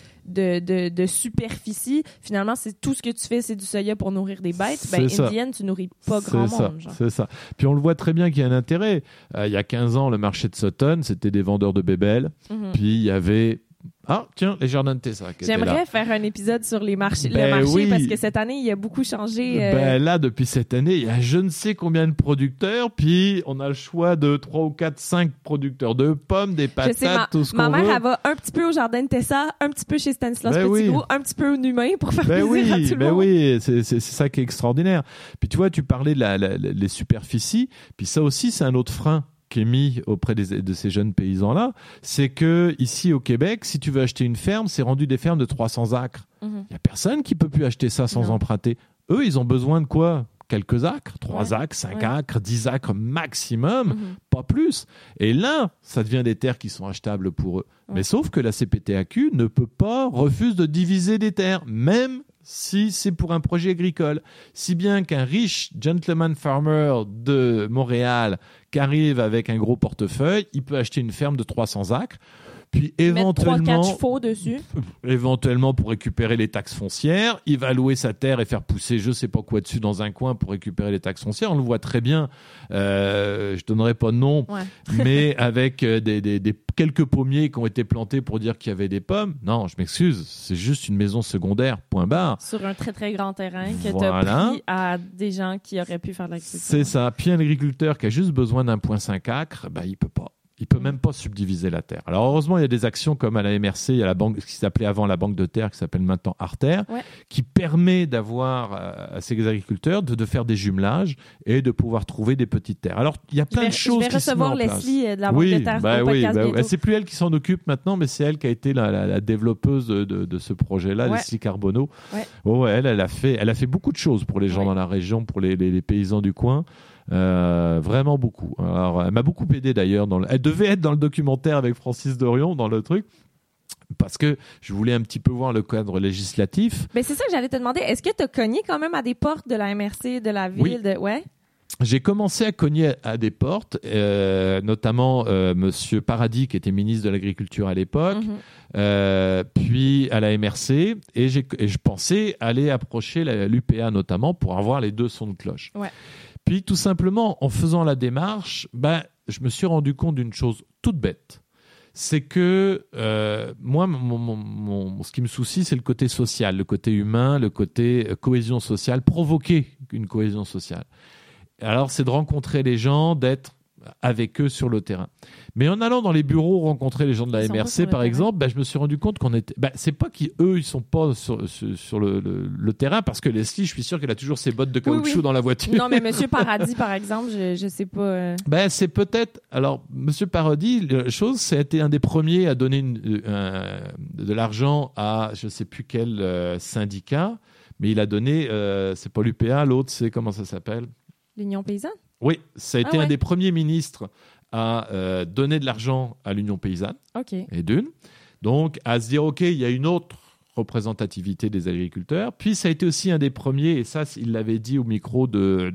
de superficie, finalement, c'est tout ce que tu fais, c'est du soya pour nourrir des bêtes. Indienne, tu nourris pas grand monde. Genre. C'est ça. Puis on le voit très bien qu'il y a un intérêt. Il y a 15 ans, le marché de Sutton, c'était des vendeurs de bébelles. Puis il y avait Ah, tiens, les jardins de Tessa qui étaient là. J'aimerais faire un épisode sur le marché oui. parce que cette année, il a beaucoup changé. Là, depuis cette année, il y a je ne sais combien de producteurs, puis on a le choix de 3 ou 4, 5 producteurs de pommes, des patates, tout ce qu'on veut. Ma mère, elle va un petit peu au jardin de Tessa, un petit peu chez Stanislas Petit-Gros, un petit peu au Numain pour faire plaisir à tout le monde. Oui, c'est ça qui est extraordinaire. Puis tu vois, tu parlais de les superficies, puis ça aussi, c'est un autre frein qui est mis auprès de ces jeunes paysans-là, c'est que ici au Québec, si tu veux acheter une ferme, c'est rendu des fermes de 300 acres. Il n'y a personne qui peut plus acheter ça sans emprunter. Eux, ils ont besoin de quoi ? Quelques acres, 3 acres, 5 acres, 10 acres maximum, pas plus. Et là, ça devient des terres qui sont achetables pour eux. Mais sauf que la CPTAQ ne peut pas, refuse de diviser des terres, même si c'est pour un projet agricole. Si bien qu'un riche gentleman farmer de Montréal qui arrive avec un gros portefeuille, il peut acheter une ferme de 300 acres, puis éventuellement, mettre 3-4 chevaux dessus. Éventuellement pour récupérer les taxes foncières, il va louer sa terre et faire pousser je sais pas quoi dessus dans un coin pour récupérer les taxes foncières. On le voit très bien. Je donnerai pas de nom, mais avec des quelques pommiers qui ont été plantés pour dire qu'il y avait des pommes. Non, je m'excuse, c'est juste une maison secondaire. Point barre. Sur un très très grand terrain que tu as pris à des gens qui auraient pu faire l'agriculture. C'est ça. Puis un agriculteur qui a juste besoin d'1,5 acre, il peut pas. Il peut même pas subdiviser la terre. Alors heureusement, il y a des actions comme à la MRC, il y a la banque qui s'appelait avant la banque de terre, qui s'appelle maintenant Artère, qui permet d'avoir à ces agriculteurs de faire des jumelages et de pouvoir trouver des petites terres. Alors il y a plein de choses qui se mettent en place. Je vais recevoir Leslie de la banque de terre. C'est plus elle qui s'en occupe maintenant, mais c'est elle qui a été la développeuse de ce projet-là, Leslie Carbonneau. Elle a fait beaucoup de choses pour les gens dans la région, pour les paysans du coin. Vraiment beaucoup. Alors, elle m'a beaucoup aidé d'ailleurs. Elle devait être dans le documentaire avec Francis Dorion dans le truc. Parce que je voulais un petit peu voir le cadre législatif. Mais c'est ça que j'allais te demander. Est-ce que tu as cogné quand même à des portes de la MRC, de la ville? J'ai commencé à cogner à des portes, notamment Monsieur Paradis, qui était ministre de l'Agriculture à l'époque, puis à la MRC, et je pensais aller approcher l'UPA notamment pour avoir les deux sons de cloche. Puis tout simplement, en faisant la démarche, je me suis rendu compte d'une chose toute bête. C'est que moi, ce qui me soucie, c'est le côté social, le côté humain, le côté cohésion sociale, provoquer une cohésion sociale. Alors, c'est de rencontrer les gens, d'être avec eux sur le terrain. Mais en allant dans les bureaux rencontrer les gens de la MRC, par exemple, je me suis rendu compte qu'on était... c'est pas qu'eux, ils sont pas sur le terrain, parce que Leslie, je suis sûr qu'elle a toujours ses bottes de caoutchouc dans la voiture. Non, mais Monsieur Paradis, par exemple, je sais pas... c'est peut-être... Alors, Monsieur Paradis, la chose, c'était un des premiers à donner de l'argent à je sais plus quel syndicat, mais il a donné... c'est pas l'UPA, l'autre, c'est... Comment ça s'appelle ? L'Union paysanne ? Oui, ça a été un des premiers ministres à donner de l'argent à l'Union paysanne. Et d'une. Donc, à se dire, OK, il y a une autre représentativité des agriculteurs. Puis, ça a été aussi un des premiers, et ça, il l'avait dit au micro du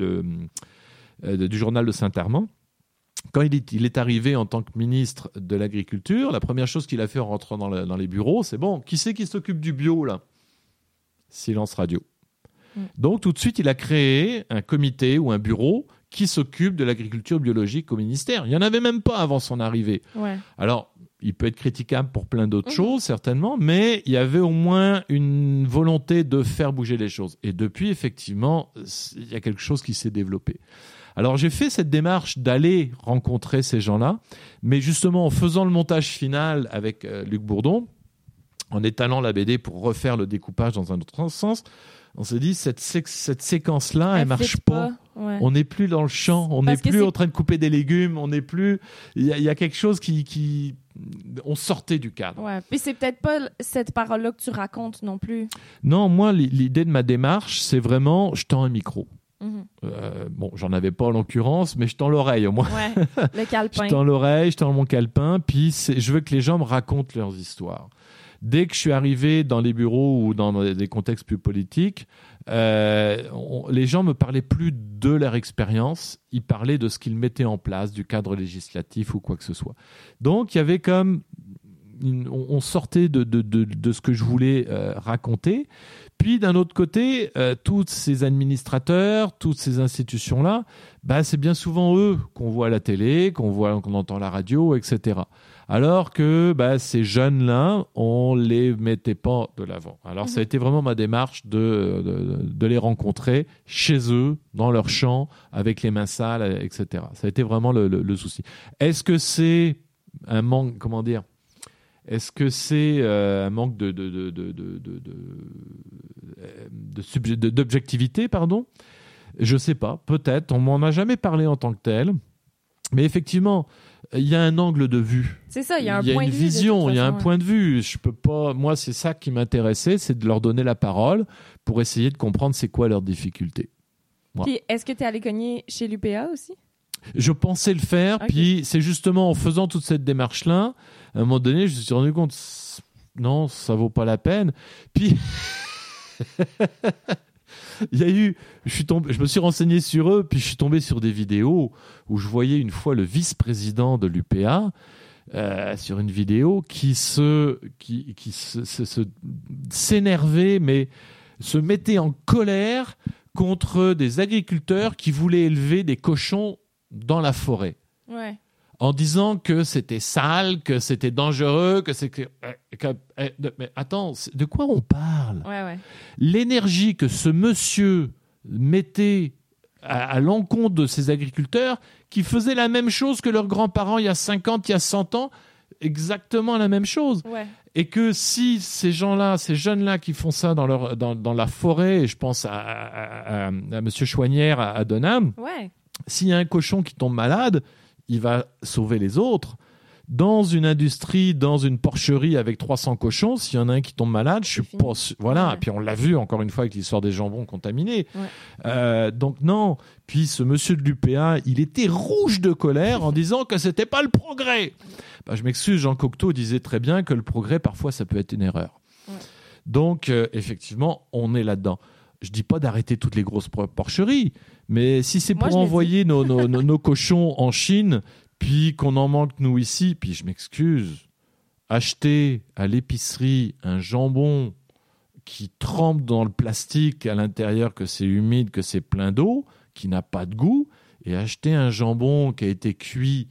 journal de Saint-Armand. Quand il est arrivé en tant que ministre de l'Agriculture, la première chose qu'il a fait en rentrant dans les bureaux, c'est qui c'est qui s'occupe du bio, là ? Silence radio. Donc, tout de suite, il a créé un comité ou un bureau qui s'occupe de l'agriculture biologique au ministère. Il n'y en avait même pas avant son arrivée. Alors, il peut être critiquable pour plein d'autres choses, certainement, mais il y avait au moins une volonté de faire bouger les choses. Et depuis, effectivement, il y a quelque chose qui s'est développé. Alors, j'ai fait cette démarche d'aller rencontrer ces gens-là, mais justement, en faisant le montage final avec Luc Bourdon, en étalant la BD pour refaire le découpage dans un autre sens, on s'est dit, cette séquence-là, elle marche pas. On n'est plus dans le champ, on n'est plus en train de couper des légumes, on n'est plus... Il y a quelque chose qui... On sortait du cadre. Puis c'est peut-être pas cette parole-là que tu racontes non plus. Non, moi, l'idée de ma démarche, c'est vraiment, je tends un micro. J'en avais pas en l'occurrence, mais je tends l'oreille au moins. Le calepin. Je tends l'oreille, je tends mon calepin, puis je veux que les gens me racontent leurs histoires. Dès que je suis arrivé dans les bureaux ou dans des contextes plus politiques, les gens me parlaient plus de leur expérience, ils parlaient de ce qu'ils mettaient en place, du cadre législatif ou quoi que ce soit. Donc, il y avait comme on sortait de ce que je voulais raconter. Puis d'un autre côté, tous ces administrateurs, toutes ces institutions-là, c'est bien souvent eux qu'on voit à la télé, qu'on entend à la radio, etc. Alors que ces jeunes-là, on les mettait pas de l'avant. Alors ça a été vraiment ma démarche de les rencontrer chez eux, dans leur champ, avec les mains sales, etc. Ça a été vraiment le souci. Est-ce que c'est un manque, comment dire ? Est-ce que c'est un manque d'objectivité, pardon ? Je sais pas, peut-être. On m'en a jamais parlé en tant que tel. Mais effectivement, il y a un angle de vue. C'est ça, il y a un point de vue. Il y a une vision, il y a un point de vue. Je peux pas. Moi, c'est ça qui m'intéressait, c'est de leur donner la parole pour essayer de comprendre c'est quoi leurs difficultés. Moi. Puis, est-ce que tu es allé cogner chez l'UPA aussi? Je pensais le faire, puis c'est justement en faisant toute cette démarche-là, à un moment donné, je me suis rendu compte, non, ça vaut pas la peine. Puis, il y a eu, je me suis renseigné sur eux, puis je suis tombé sur des vidéos où je voyais une fois le vice-président de l'UPA sur une vidéo qui s'énervait, mais se mettait en colère contre des agriculteurs qui voulaient élever des cochons dans la forêt. Ouais. En disant que c'était sale, que c'était dangereux, mais attends, de quoi on parle ? Ouais. L'énergie que ce monsieur mettait à l'encontre de ces agriculteurs qui faisaient la même chose que leurs grands-parents il y a 50, il y a 100 ans, exactement la même chose. Ouais. Et que si ces gens-là, ces jeunes-là qui font ça dans la forêt, et je pense à monsieur Chouanière à Donham, s'il y a un cochon qui tombe malade, il va sauver les autres. Dans une industrie, dans une porcherie avec 300 cochons, s'il y en a un qui tombe malade, je suis pas sûr. Voilà. Ouais. Puis on l'a vu encore une fois avec l'histoire des jambons contaminés. Ouais. Donc non. Puis ce monsieur de l'UPA, il était rouge de colère en disant que c'était pas le progrès. Je m'excuse, Jean Cocteau disait très bien que le progrès, parfois, ça peut être une erreur. Ouais. Donc, effectivement, on est là-dedans. Je dis pas d'arrêter toutes les grosses porcheries, mais si c'est pour envoyer nos cochons en Chine, puis qu'on en manque nous ici, puis je m'excuse, acheter à l'épicerie un jambon qui trempe dans le plastique à l'intérieur, que c'est humide, que c'est plein d'eau, qui n'a pas de goût, et acheter un jambon qui a été cuit,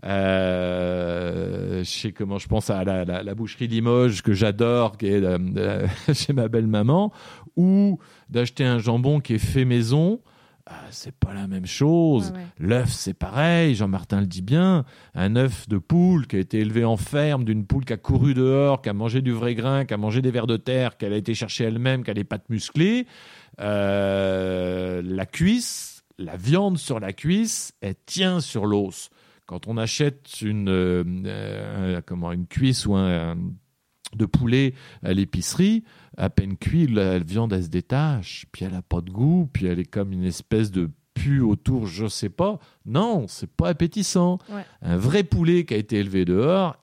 je pense à la boucherie Limoges que j'adore, qui est chez ma belle-maman, ou d'acheter un jambon qui est fait maison. C'est pas la même chose. Ouais. L'œuf, c'est pareil. Jean-Martin le dit bien. Un œuf de poule qui a été élevé en ferme, d'une poule qui a couru dehors, qui a mangé du vrai grain, qui a mangé des vers de terre, qu'elle a été chercher elle-même, qui a les pattes musclées. La cuisse, la viande sur la cuisse, elle tient sur l'os. Quand on achète une cuisse ou de poulet à l'épicerie, à peine cuit, la viande, elle se détache, puis elle n'a pas de goût, puis elle est comme une espèce de pu autour, je sais pas. Non, c'est pas appétissant. Ouais. Un vrai poulet qui a été élevé dehors,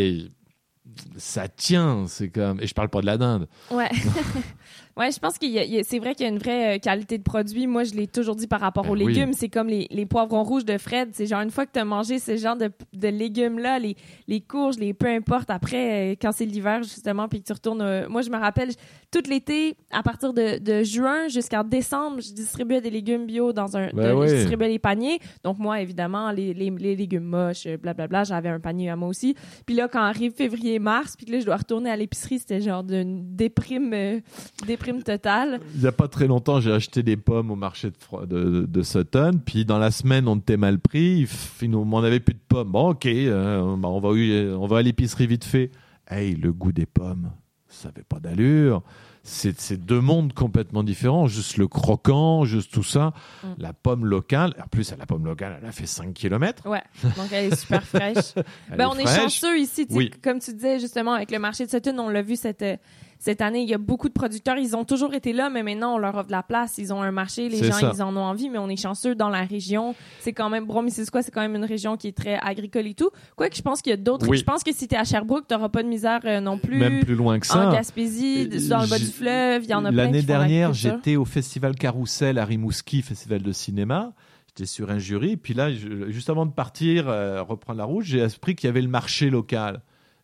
ça tient, c'est comme... Et je parle pas de la dinde. Ouais. Ouais, je pense c'est vrai qu'il y a une vraie qualité de produit. Moi, je l'ai toujours dit par rapport aux légumes. C'est comme les poivrons rouges de Fred. C'est genre, une fois que tu as mangé ce genre de légumes-là, les courges, peu importe, après, quand c'est l'hiver, justement, puis que tu retournes... moi, je me rappelle, tout l'été, à partir de juin jusqu'en décembre, je distribuais des légumes bio je distribuais les paniers. Donc, moi, évidemment, les légumes moches, blablabla, j'avais un panier à moi aussi. Puis là, quand arrive février-mars, puis que là, je dois retourner à l'épicerie, c'était genre d'une déprime totale. Il n'y a pas très longtemps, j'ai acheté des pommes au marché de Sutton, puis dans la semaine, on était mal pris, on n'en avait plus de pommes. Bon, ok, on va à l'épicerie vite fait. Hey, le goût des pommes, ça n'avait pas d'allure. C'est deux mondes complètement différents, juste le croquant, juste tout ça. La pomme locale, en plus, la pomme locale, elle a fait 5 km. Ouais, donc elle est super fraîche. On est chanceux ici, comme tu disais, justement, avec le marché de Sutton, on l'a vu cette année, il y a beaucoup de producteurs, ils ont toujours été là, mais maintenant, on leur offre de la place, ils ont un marché, les gens, ils en ont envie, mais on est chanceux dans la région. C'est quand même, Brome-Missisquoi, c'est quand même une région qui est très agricole et tout. Quoique, je pense qu'il y a d'autres. Oui. Je pense que si t'es à Sherbrooke, t'auras pas de misère non plus. Même plus loin que ça. En Gaspésie, dans le bas du fleuve, il y en a plein. L'année dernière, j'étais au Festival Carousel à Rimouski, festival de cinéma. J'étais sur un jury, puis là, juste avant de partir, reprendre la route, j'ai appris qu'il y avait le marché local.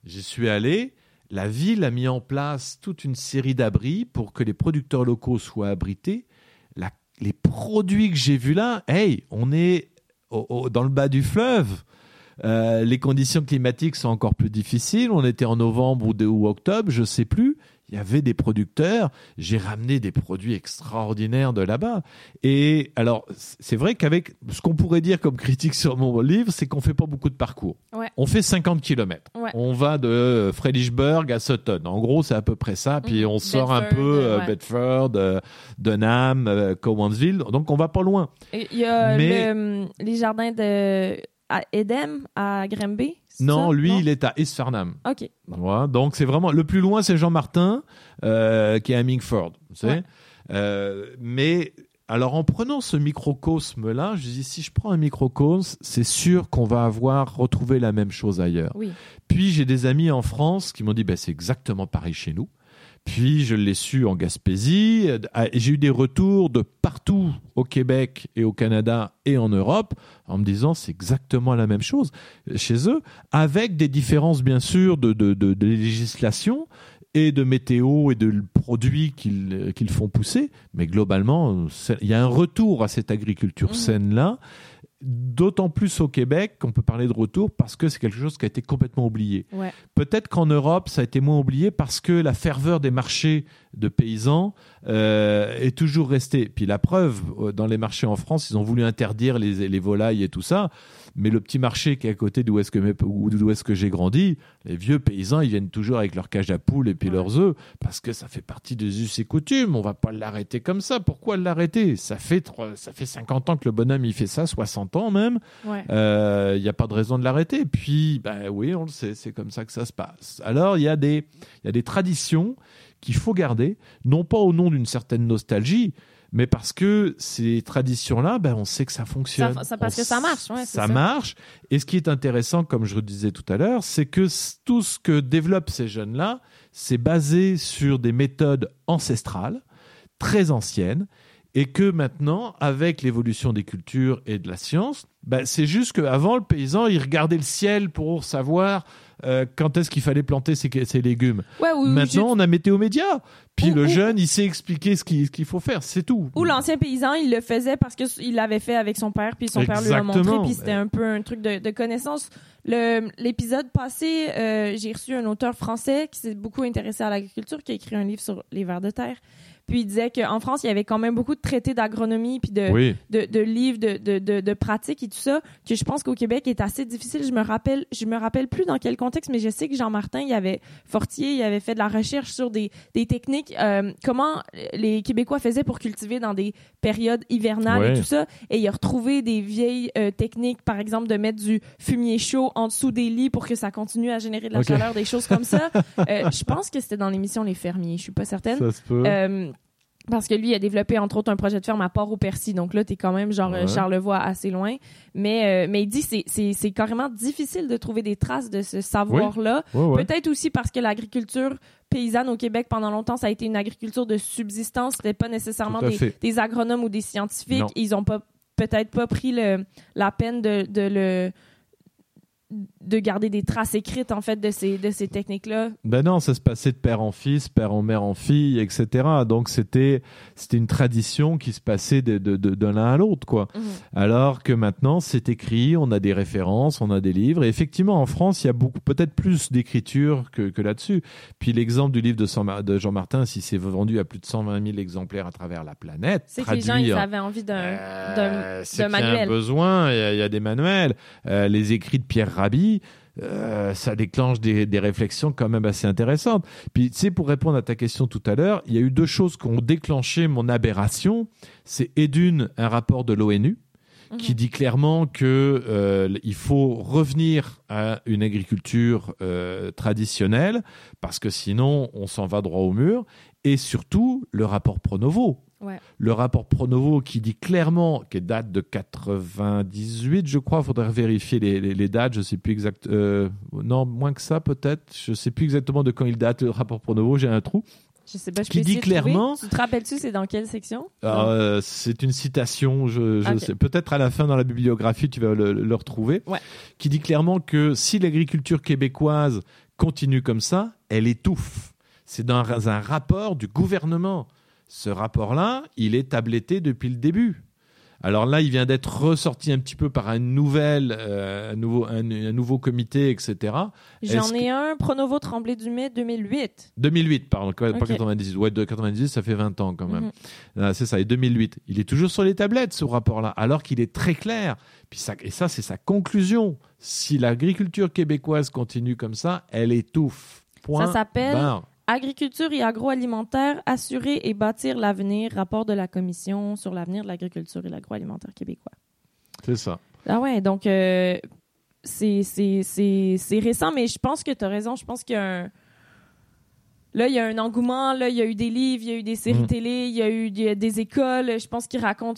J'y suis allé. La ville a mis en place toute une série d'abris pour que les producteurs locaux soient abrités. Les produits que j'ai vus là, on est dans le bas du fleuve. Les conditions climatiques sont encore plus difficiles. On était en novembre ou octobre, je ne sais plus. Il y avait des producteurs. J'ai ramené des produits extraordinaires de là-bas. Et alors, c'est vrai qu'avec ce qu'on pourrait dire comme critique sur mon livre, c'est qu'on ne fait pas beaucoup de parcours. Ouais. On fait 50 km. Ouais. On va de Fredericksburg à Sutton. En gros, c'est à peu près ça. Puis on sort un peu Bedford, Denham, Cowansville. Donc, on ne va pas loin. Il y a les jardins à Edem, à Granby. Non, lui, il est à East Farnham. OK. Bon. Voilà, donc, c'est vraiment... Le plus loin, c'est Jean-Martin, qui est à Mingford. Tu sais. Mais, alors, en prenant ce microcosme-là, je dis, si je prends un microcosme, c'est sûr qu'on va retrouvé la même chose ailleurs. Oui. Puis, j'ai des amis en France qui m'ont dit, c'est exactement pareil chez nous. Puis, je l'ai su en Gaspésie. J'ai eu des retours de partout au Québec et au Canada et en Europe en me disant c'est exactement la même chose chez eux, avec des différences, bien sûr, de législation et de météo et de produits qu'ils font pousser. Mais globalement, il y a un retour à cette agriculture saine-là. D'autant plus au Québec qu'on peut parler de retour parce que c'est quelque chose qui a été complètement oublié. Ouais. Peut-être qu'en Europe, ça a été moins oublié parce que la ferveur des marchés de paysans est toujours restée. Puis la preuve, dans les marchés en France, ils ont voulu interdire les volailles et tout ça. Mais le petit marché qui est à côté d'où est-ce que j'ai grandi, les vieux paysans, ils viennent toujours avec leur cage à poules et puis leurs œufs parce que ça fait partie des us et coutumes. On va pas l'arrêter comme ça. Pourquoi l'arrêter ? Ça fait 50 ans que le bonhomme, il fait ça, 60 ans même. Il n'y a pas de raison de l'arrêter. Puis, oui, on le sait, c'est comme ça que ça se passe. Alors, il y a des traditions qu'il faut garder, non pas au nom d'une certaine nostalgie, mais parce que ces traditions-là, on sait que ça fonctionne. Parce que ça marche. Ouais, ça marche. Et ce qui est intéressant, comme je le disais tout à l'heure, c'est que tout ce que développent ces jeunes-là, c'est basé sur des méthodes ancestrales, très anciennes, et que maintenant, avec l'évolution des cultures et de la science, c'est juste qu'avant, le paysan, il regardait le ciel pour savoir quand est-ce qu'il fallait planter ses légumes. Maintenant, on a Météo Média. Puis le jeune, il sait expliquer ce qu'il faut faire, c'est tout. Ou l'ancien paysan, il le faisait parce qu'il l'avait fait avec son père, puis son père lui a montré, puis c'était un peu un truc de connaissance. L'épisode passé, j'ai reçu un auteur français qui s'est beaucoup intéressé à l'agriculture, qui a écrit un livre sur les vers de terre. Puis il disait qu'en France, il y avait quand même beaucoup de traités d'agronomie puis de livres de pratiques et tout ça, que je pense qu'au Québec est assez difficile. Je me rappelle plus dans quel contexte, mais je sais que Jean-Martin, il avait fait de la recherche sur des techniques, comment les Québécois faisaient pour cultiver dans des périodes hivernales et tout ça. Et il a retrouvé des vieilles techniques, par exemple, de mettre du fumier chaud en dessous des lits pour que ça continue à générer de la chaleur, des choses comme ça. Je pense que c'était dans l'émission Les Fermiers, je suis pas certaine. Ça se peut. Parce que lui, il a développé, entre autres, un projet de ferme à Port-au-Percy. Donc là, t'es quand même, Charlevoix, assez loin. Mais il dit c'est carrément difficile de trouver des traces de ce savoir-là. Peut-être aussi parce que l'agriculture paysanne au Québec, pendant longtemps, ça a été une agriculture de subsistance. C'était pas nécessairement des agronomes ou des scientifiques. Non. Ils ont peut-être pas pris la peine de garder des traces écrites, en fait, de ces techniques-là. Non, ça se passait de père en fils, père en mère en fille, etc. Donc, c'était une tradition qui se passait de l'un à l'autre, quoi. Alors que maintenant, c'est écrit, on a des références, on a des livres. Et effectivement, en France, il y a peut-être plus d'écriture que là-dessus. Puis l'exemple du livre de Jean-Martin, si c'est vendu à plus de 120 000 exemplaires à travers la planète, c'est que les gens, ils avaient envie d'un manuel. Il y a un besoin, il y a des manuels. Les écrits de Pierre Rabhi, ça déclenche des réflexions quand même assez intéressantes. Puis, tu sais, pour répondre à ta question tout à l'heure, il y a eu deux choses qui ont déclenché mon aberration. C'est un rapport de l'ONU qui dit clairement que il faut revenir à une agriculture traditionnelle parce que sinon, on s'en va droit au mur. Et surtout, le rapport Pronovo. Le rapport Pronovo qui dit clairement, qui date de 98, je crois, il faudrait vérifier les dates, je ne sais plus exactement, non, moins que ça peut-être, je ne sais plus exactement de quand il date, le rapport Pronovo, j'ai un trou, Je sais pas, je qui peux dit essayer de trouver. clairement... Tu te rappelles-tu, c'est dans quelle section? C'est une citation, Ok. sais, peut-être à la fin dans la bibliographie, tu vas le retrouver, Ouais. qui dit clairement que si l'agriculture québécoise continue comme ça, elle étouffe. C'est dans un rapport du gouvernement. Ce rapport-là, il est tabletté depuis le début. Alors là, il vient d'être ressorti un petit peu par un nouveau comité, etc. J'en ai un, Pronovo Tremblay-Dumais 2008. 2008, pardon, pas Ok. 98. Ouais, de 98, ça fait 20 ans quand même. Mhm. C'est ça, et 2008. Il est toujours sur les tablettes, ce rapport-là, alors qu'il est très clair. Puis et ça, c'est sa conclusion. Si l'agriculture québécoise continue comme ça, elle étouffe. Point. Ça s'appelle barre. Agriculture et agroalimentaire, assurer et bâtir l'avenir, rapport de la Commission sur l'avenir de l'agriculture et l'agroalimentaire québécois. C'est ça. Ah ouais, donc c'est récent, mais je pense que tu as raison. Je pense qu'il y a un... Là, il y a un engouement, là, il y a eu des livres, il y a eu des séries télé, il y a eu des écoles. Je pense qu'ils racontent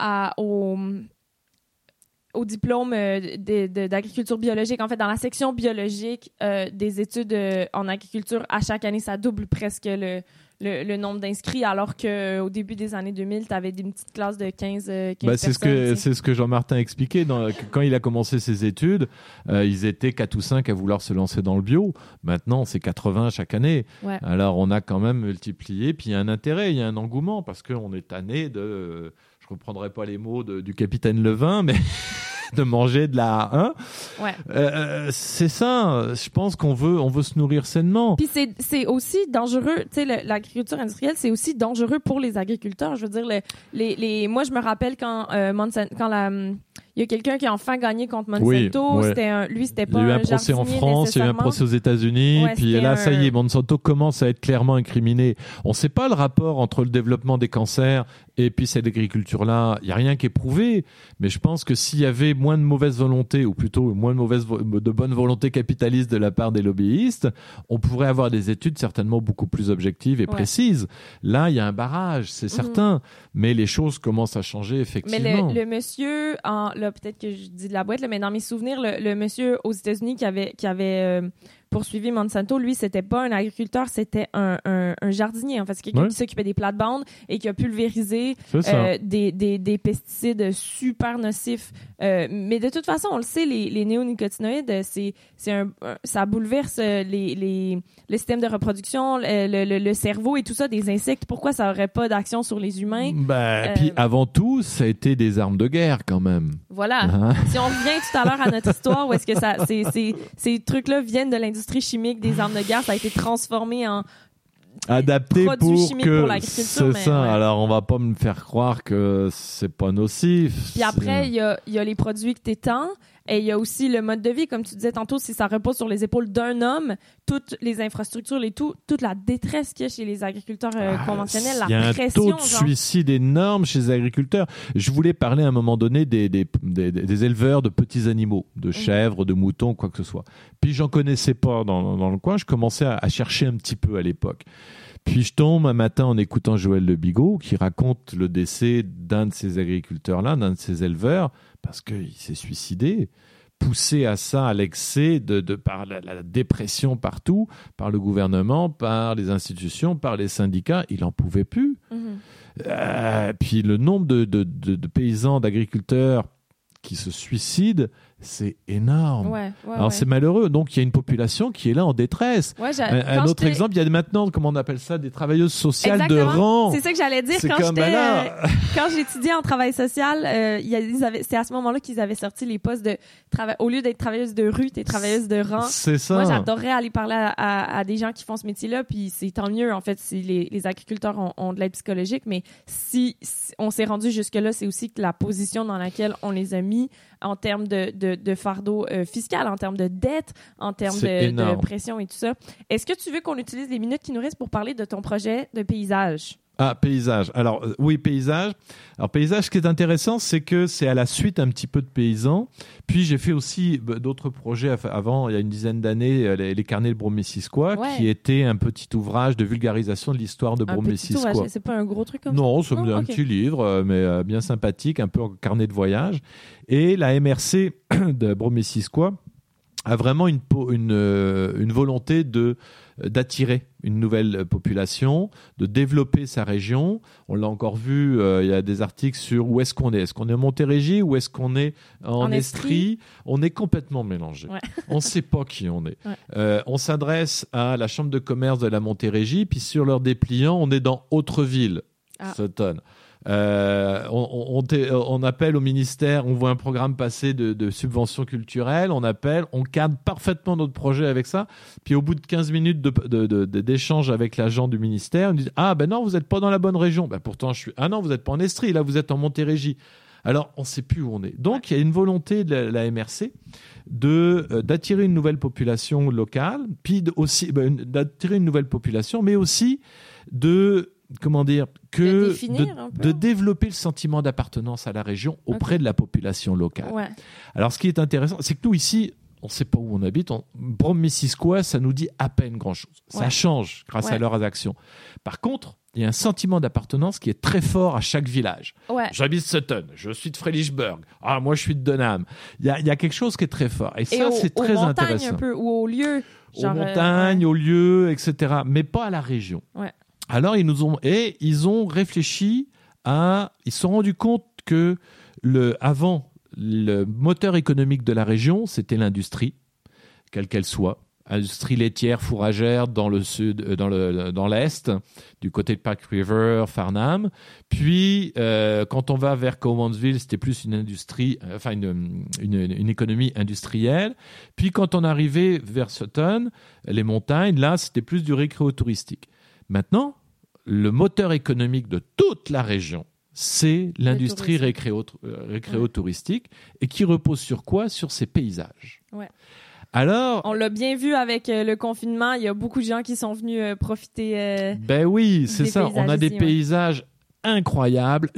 au diplôme d'agriculture biologique, en fait, dans la section biologique des études en agriculture, à chaque année, ça double presque le nombre d'inscrits, alors qu'au début des années 2000, tu avais une petite classe de 15 personnes. C'est ce que Jean-Martin expliquait. Quand il a commencé ses études, ils étaient 4 ou 5 à vouloir se lancer dans le bio. Maintenant, c'est 80 chaque année. Ouais. Alors, on a quand même multiplié. Puis, il y a un intérêt, il y a un engouement, parce qu'on est tanné de... je ne reprendrai pas les mots du capitaine Levin, mais... de manger de la... Hein Ouais. C'est ça. Je pense qu'on veut se nourrir sainement. Puis c'est aussi dangereux, tu sais, l'agriculture industrielle, c'est aussi dangereux pour les agriculteurs. Je veux dire, moi, je me rappelle quand il y a quelqu'un qui a enfin gagné contre Monsanto. Oui, ouais. C'était pas il y a eu un un procès en jardinier France, il y a eu un nécessairement. procès aux États-Unis, Ouais, puis là, ça y est, Monsanto commence à être clairement incriminé. On ne sait pas le rapport entre le développement des cancers et puis cette agriculture-là. Il n'y a rien qui est prouvé, mais je pense que s'il y avait moins de mauvaise volonté, ou plutôt moins de bonne volonté capitaliste de la part des lobbyistes, on pourrait avoir des études certainement beaucoup plus objectives et précises. Là, il y a un barrage, c'est certain, mais les choses commencent à changer effectivement. Mais le monsieur, là, peut-être que je dis de la boîte, là, mais dans mes souvenirs, le monsieur aux États-Unis qui avait poursuivi Monsanto, lui, c'était pas un agriculteur, c'était un jardinier. En fait, c'est quelqu'un qui s'occupait des plates-bandes et qui a pulvérisé des pesticides super nocifs. Mais de toute façon, on le sait, les néonicotinoïdes, ça bouleverse le système de reproduction, le cerveau et tout ça des insectes. Pourquoi ça aurait pas d'action sur les humains? Puis avant tout, ça a été des armes de guerre quand même. Voilà. Si on revient tout à l'heure à notre histoire, où est-ce que ces trucs-là viennent de l'industrie chimique des armes de guerre, ça a été transformé en adapté produits chimiques pour c'est l'agriculture. ça. Ouais. Alors on va pas me faire croire que c'est pas nocif. Puis après, il y a les produits que t'étends. Et il y a aussi le mode de vie, comme tu disais tantôt, si ça repose sur les épaules d'un homme, toutes les infrastructures, toute la détresse qu'il y a chez les agriculteurs conventionnels, la pression. Il y a un taux de suicide énorme chez les agriculteurs. Je voulais parler à un moment donné des éleveurs de petits animaux, de chèvres, de moutons, quoi que ce soit. Puis j'en connaissais pas dans le coin, je commençais à chercher un petit peu à l'époque. Puis je tombe un matin en écoutant Joël Le Bigot qui raconte le décès d'un de ces agriculteurs-là, d'un de ces éleveurs, parce qu'il s'est suicidé, poussé à ça, à l'excès par la dépression partout, par le gouvernement, par les institutions, par les syndicats. Il n'en pouvait plus. Puis le nombre de paysans, d'agriculteurs qui se suicident, c'est énorme. Alors c'est malheureux. Donc il y a une population qui est là en détresse. Un autre exemple, il y a maintenant, comment on appelle ça, des travailleuses sociales. Exactement. De rang. C'est ça que j'allais dire. Quand j'étudiais en travail social, c'est à ce moment-là qu'ils avaient sorti les postes de travail. Au lieu d'être travailleuses de rue, t'es travailleuse de rang. C'est ça. Moi, j'adorerais aller parler à des gens qui font ce métier-là. Puis c'est tant mieux, en fait, si les agriculteurs ont de l'aide psychologique. Mais si on s'est rendu jusque-là, c'est aussi que la position dans laquelle on les a mis en termes de fardeau fiscal, en termes de dette, en termes de pression et tout ça. Est-ce que tu veux qu'on utilise les minutes qui nous restent pour parler de ton projet de paysage? Ah, paysage. Alors, oui, paysage. Alors, paysage, ce qui est intéressant, c'est que c'est à la suite un petit peu de paysans. Puis, j'ai fait aussi d'autres projets avant, il y a une dizaine d'années, les carnets de Bromissisquoi, qui était un petit ouvrage de vulgarisation de l'histoire de Bromissisquoi. Un petit c'est pas un gros truc comme ça? Non, c'est un petit livre, mais bien sympathique, un peu en carnet de voyage. Et la MRC de Bromissisquoi a vraiment une volonté d'attirer une nouvelle population, de développer sa région. On l'a encore vu, il y a des articles sur où est-ce qu'on est. Est-ce qu'on est en Montérégie ou est-ce qu'on est en Estrie? On est complètement mélangé. Ouais. On ne sait pas qui on est. Ouais. On s'adresse à la chambre de commerce de la Montérégie, puis sur leur dépliant, on est dans Autreville, Sutton. On appelle au ministère, on voit un programme passer de subventions culturelles, on appelle, on cadre parfaitement notre projet avec ça, puis au bout de 15 minutes d'échange avec l'agent du ministère, on dit « Ah ben non, vous n'êtes pas dans la bonne région. » Ben pourtant, ah non, vous n'êtes pas en Estrie, là vous êtes en Montérégie. Alors, on ne sait plus où on est. Donc, il y a une volonté de la MRC d'attirer une nouvelle population locale, puis d'attirer une nouvelle population, mais aussi de développer le sentiment d'appartenance à la région auprès de la population locale. Ouais. Alors, ce qui est intéressant, c'est que nous, ici, on ne sait pas où on habite. Brome-Missisquoi, ça nous dit à peine grand-chose. Ouais. Ça change grâce à leurs actions. Par contre, il y a un sentiment d'appartenance qui est très fort à chaque village. Ouais. J'habite Sutton, je suis de Fredericksburg. Ah, moi, je suis de Dunham. Il y a quelque chose qui est très fort. Et ça, c'est très intéressant. Un peu, ou au lieu. Aux montagnes, aux lieux, etc. Mais pas à la région. Ouais. Alors, ils ont réfléchi ils se sont rendus compte que avant, le moteur économique de la région, c'était l'industrie, quelle qu'elle soit. Industrie laitière, fourragère dans le sud, dans l'est, du côté de Pike River, Farnham. Puis, quand on va vers Cowansville, c'était plus une industrie, une économie industrielle. Puis, quand on arrivait vers Sutton, les montagnes, là, c'était plus du récréo-touristique. Maintenant, le moteur économique de toute la région, c'est l'industrie récréo-touristique et qui repose sur quoi? Sur ses paysages. Ouais. Alors, on l'a bien vu avec le confinement, il y a beaucoup de gens qui sont venus profiter. Ben oui, c'est ça. On a des paysages incroyables,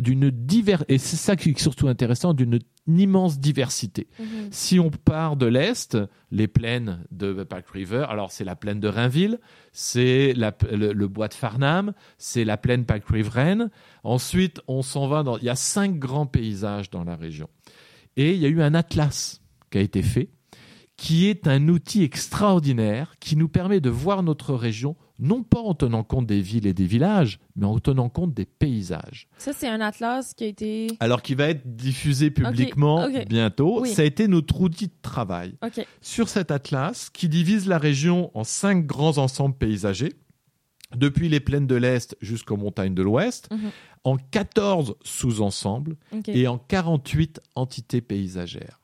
et c'est ça qui est surtout intéressant, d'une immense diversité. Mm-hmm. Si on part de l'est, les plaines de Pike River, alors c'est la plaine de Rainville, c'est le bois de Farnham, c'est la plaine Pike Riveraine. Ensuite, on s'en va il y a 5 grands paysages dans la région. Et il y a eu un atlas qui a été fait, qui est un outil extraordinaire qui nous permet de voir notre région, non pas en tenant compte des villes et des villages, mais en tenant compte des paysages. Ça, c'est un atlas qui a été... Alors, qui va être diffusé publiquement bientôt. Oui. Ça a été notre outil de travail. Okay. Sur cet atlas, qui divise la région en 5 grands ensembles paysagers, depuis les plaines de l'Est jusqu'aux montagnes de l'Ouest, en 14 sous-ensembles et en 48 entités paysagères.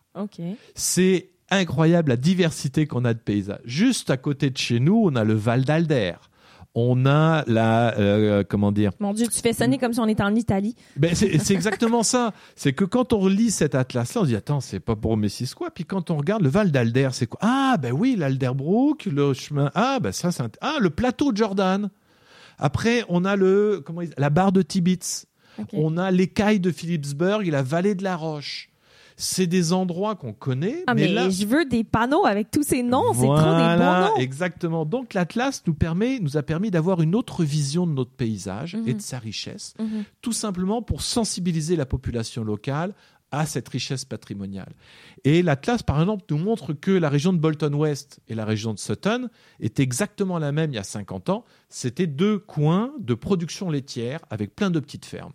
C'est incroyable la diversité qu'on a de paysages. Juste à côté de chez nous, on a le Val d'Alder. On a comment dire... Mon Dieu, tu fais sonner comme si on était en Italie. Ben, c'est exactement ça. C'est que quand on lit cet atlas-là, on se dit, attends, c'est pas pour Missisquoi. Puis quand on regarde le Val d'Alder, c'est quoi? Ah, ben oui, l'Alderbrook, le chemin... Ah, ben ça, c'est... Ah, le plateau de Jordan. Après, on a la barre de Tibbits. On a l'écaille de Phillipsburg et la vallée de la Roche. C'est des endroits qu'on connaît. Ah, mais là, je veux des panneaux avec tous ces noms. C'est trop des bons noms. Exactement. Donc, l'Atlas nous a permis d'avoir une autre vision de notre paysage et de sa richesse, tout simplement pour sensibiliser la population locale à cette richesse patrimoniale. Et l'Atlas, par exemple, nous montre que la région de Bolton West et la région de Sutton étaient exactement la même il y a 50 ans. C'était 2 coins de production laitière avec plein de petites fermes.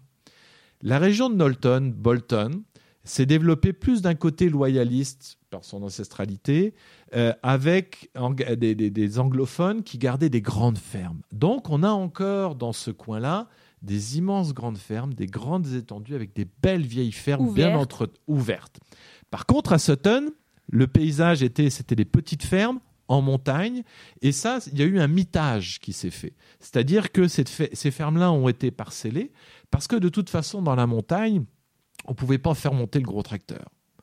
La région de Bolton, s'est développé plus d'un côté loyaliste par son ancestralité, avec des anglophones qui gardaient des grandes fermes. Donc, on a encore dans ce coin-là des immenses grandes fermes, des grandes étendues avec des belles vieilles fermes bien ouvertes. Par contre, à Sutton, le paysage c'était des petites fermes en montagne, et ça, il y a eu un mitage qui s'est fait. C'est-à-dire que ces fermes-là ont été parcellées, parce que de toute façon, dans la montagne, on ne pouvait pas faire monter le gros tracteur.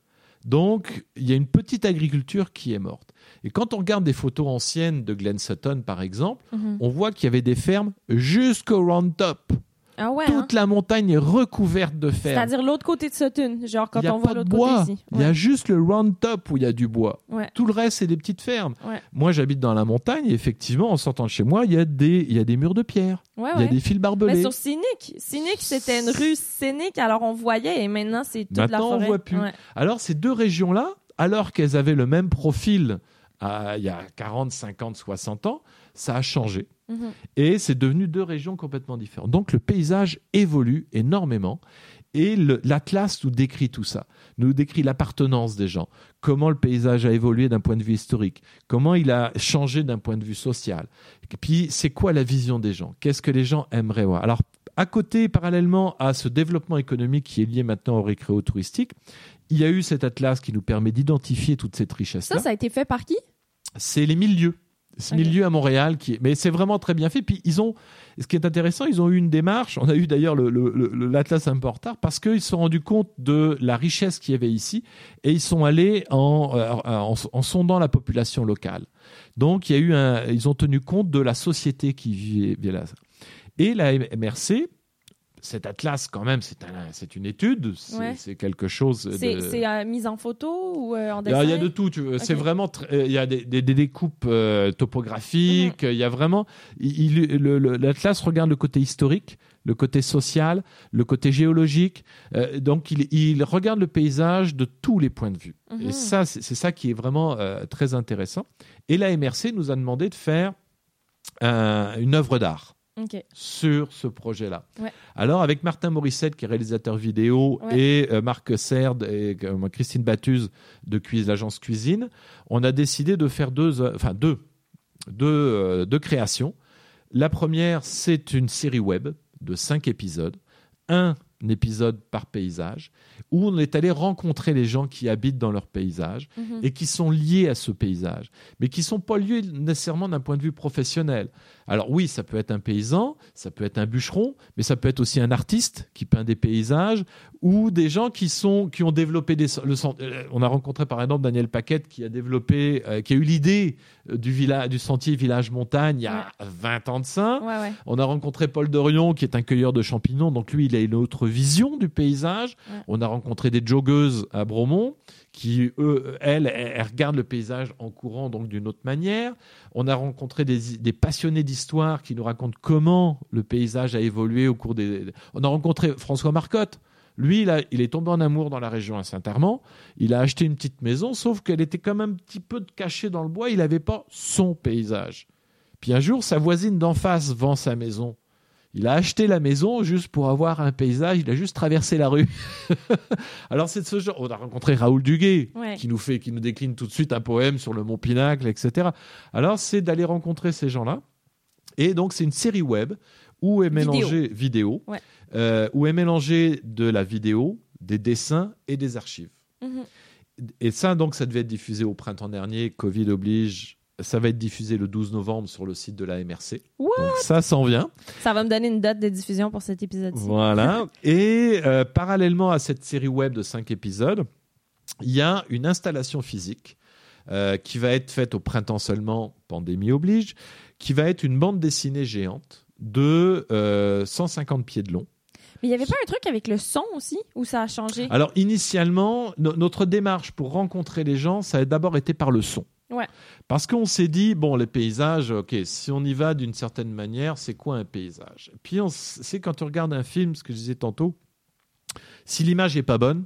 Donc, il y a une petite agriculture qui est morte. Et quand on regarde des photos anciennes de Glen Sutton, par exemple, on voit qu'il y avait des fermes jusqu'au Round Top. Ah ouais, toute la montagne est recouverte de fermes. C'est-à-dire l'autre côté de Sutton, genre quand on voit l'autre bois. côté ici. Il y a juste le Round Top où il y a du bois. Ouais. Tout le reste, c'est des petites fermes. Ouais. Moi, j'habite dans la montagne et effectivement, en sortant de chez moi, il y a des murs de pierre. Ouais, il y a des fils barbelés. Mais sur Scénic, c'était une rue scénique, alors on voyait, et maintenant, c'est toute la forêt. Maintenant, on voit plus. Ouais. Alors, ces 2 régions-là, alors qu'elles avaient le même profil il y a 40, 50, 60 ans, ça a changé. Mhm. Et c'est devenu 2 régions complètement différentes. Donc le paysage évolue énormément. Et l'Atlas nous décrit tout ça, nous décrit l'appartenance des gens, comment le paysage a évolué d'un point de vue historique, comment il a changé d'un point de vue social. Et puis, c'est quoi la vision des gens? Qu'est-ce que les gens aimeraient voir? Alors, à côté, parallèlement à ce développement économique qui est lié maintenant au récréo-touristique, il y a eu cet Atlas qui nous permet d'identifier toute cette richesse-là. Ça a été fait par qui? C'est les 1000 lieux. C'est 1000 lieux à Montréal, mais c'est vraiment très bien fait. Puis ce qui est intéressant, ils ont eu une démarche. On a eu d'ailleurs l'Atlas un peu en retard parce qu'ils se sont rendus compte de la richesse qu'il y avait ici et ils sont allés en sondant la population locale. Donc ils ont tenu compte de la société qui vivait là. Et la MRC, cet atlas, quand même, c'est une étude, c'est quelque chose. C'est mise en photo ou en dessin? Il y a de tout. Okay. C'est vraiment. Il y a des découpes topographiques. Il y a vraiment. L'atlas regarde le côté historique, le côté social, le côté géologique. Donc, il regarde le paysage de tous les points de vue. Et ça, c'est ça qui est vraiment très intéressant. Et la MRC nous a demandé de faire une œuvre d'art. Okay. Sur ce projet-là. Ouais. Alors, avec Martin Morissette, qui est réalisateur vidéo, et Marc Serd et Christine Battuz de l'agence Cuisine, on a décidé de faire deux créations. La première, c'est une série web de 5 épisodes, un épisode par paysage, où on est allé rencontrer les gens qui habitent dans leur paysage et qui sont liés à ce paysage, mais qui ne sont pas liés nécessairement d'un point de vue professionnel. Alors oui, ça peut être un paysan, ça peut être un bûcheron, mais ça peut être aussi un artiste qui peint des paysages ou des gens qui ont développé on a rencontré par exemple Daniel Paquette qui a eu l'idée du sentier village-montagne il y a 20 ans de ça. Ouais. On a rencontré Paul Dorion qui est un cueilleur de champignons, donc lui il a une autre vision du paysage. Ouais. On a rencontré des joggeuses à Bromont qui, elles regardent le paysage en courant, donc d'une autre manière. On a rencontré des passionnés d'histoire qui nous racontent comment le paysage a évolué au cours des... On a rencontré François Marcotte. Lui, il est tombé en amour dans la région à Saint-Armand. Il a acheté une petite maison, sauf qu'elle était quand même un petit peu cachée dans le bois. Il n'avait pas son paysage. Puis un jour, sa voisine d'en face vend sa maison. Il a acheté la maison juste pour avoir un paysage. Il a juste traversé la rue. Alors, c'est de ce genre. On a rencontré Raoul Duguay, qui nous décline tout de suite un poème sur le Mont Pinacle, etc. Alors, c'est d'aller rencontrer ces gens-là. Et donc, c'est une série web où est mélangé vidéo, où est mélangé de la vidéo, des dessins et des archives. Et ça, donc, ça devait être diffusé au printemps dernier. Covid oblige. Ça va être diffusé le 12 novembre sur le site de la MRC. What? Donc ça s'en vient. Ça va me donner une date de diffusion pour cet épisode-ci. Voilà. Et parallèlement à cette série web de 5 épisodes, il y a une installation physique qui va être faite au printemps seulement, pandémie oblige, qui va être une bande dessinée géante de 150 pieds de long. Mais il n'y avait pas un truc avec le son aussi, où ça a changé? Alors, initialement, notre démarche pour rencontrer les gens, ça a d'abord été par le son. Ouais. Parce qu'on s'est dit, bon, les paysages, ok, si on y va d'une certaine manière, c'est quoi un paysage? Puis, c'est quand tu regardes un film, ce que je disais tantôt, si l'image n'est pas bonne,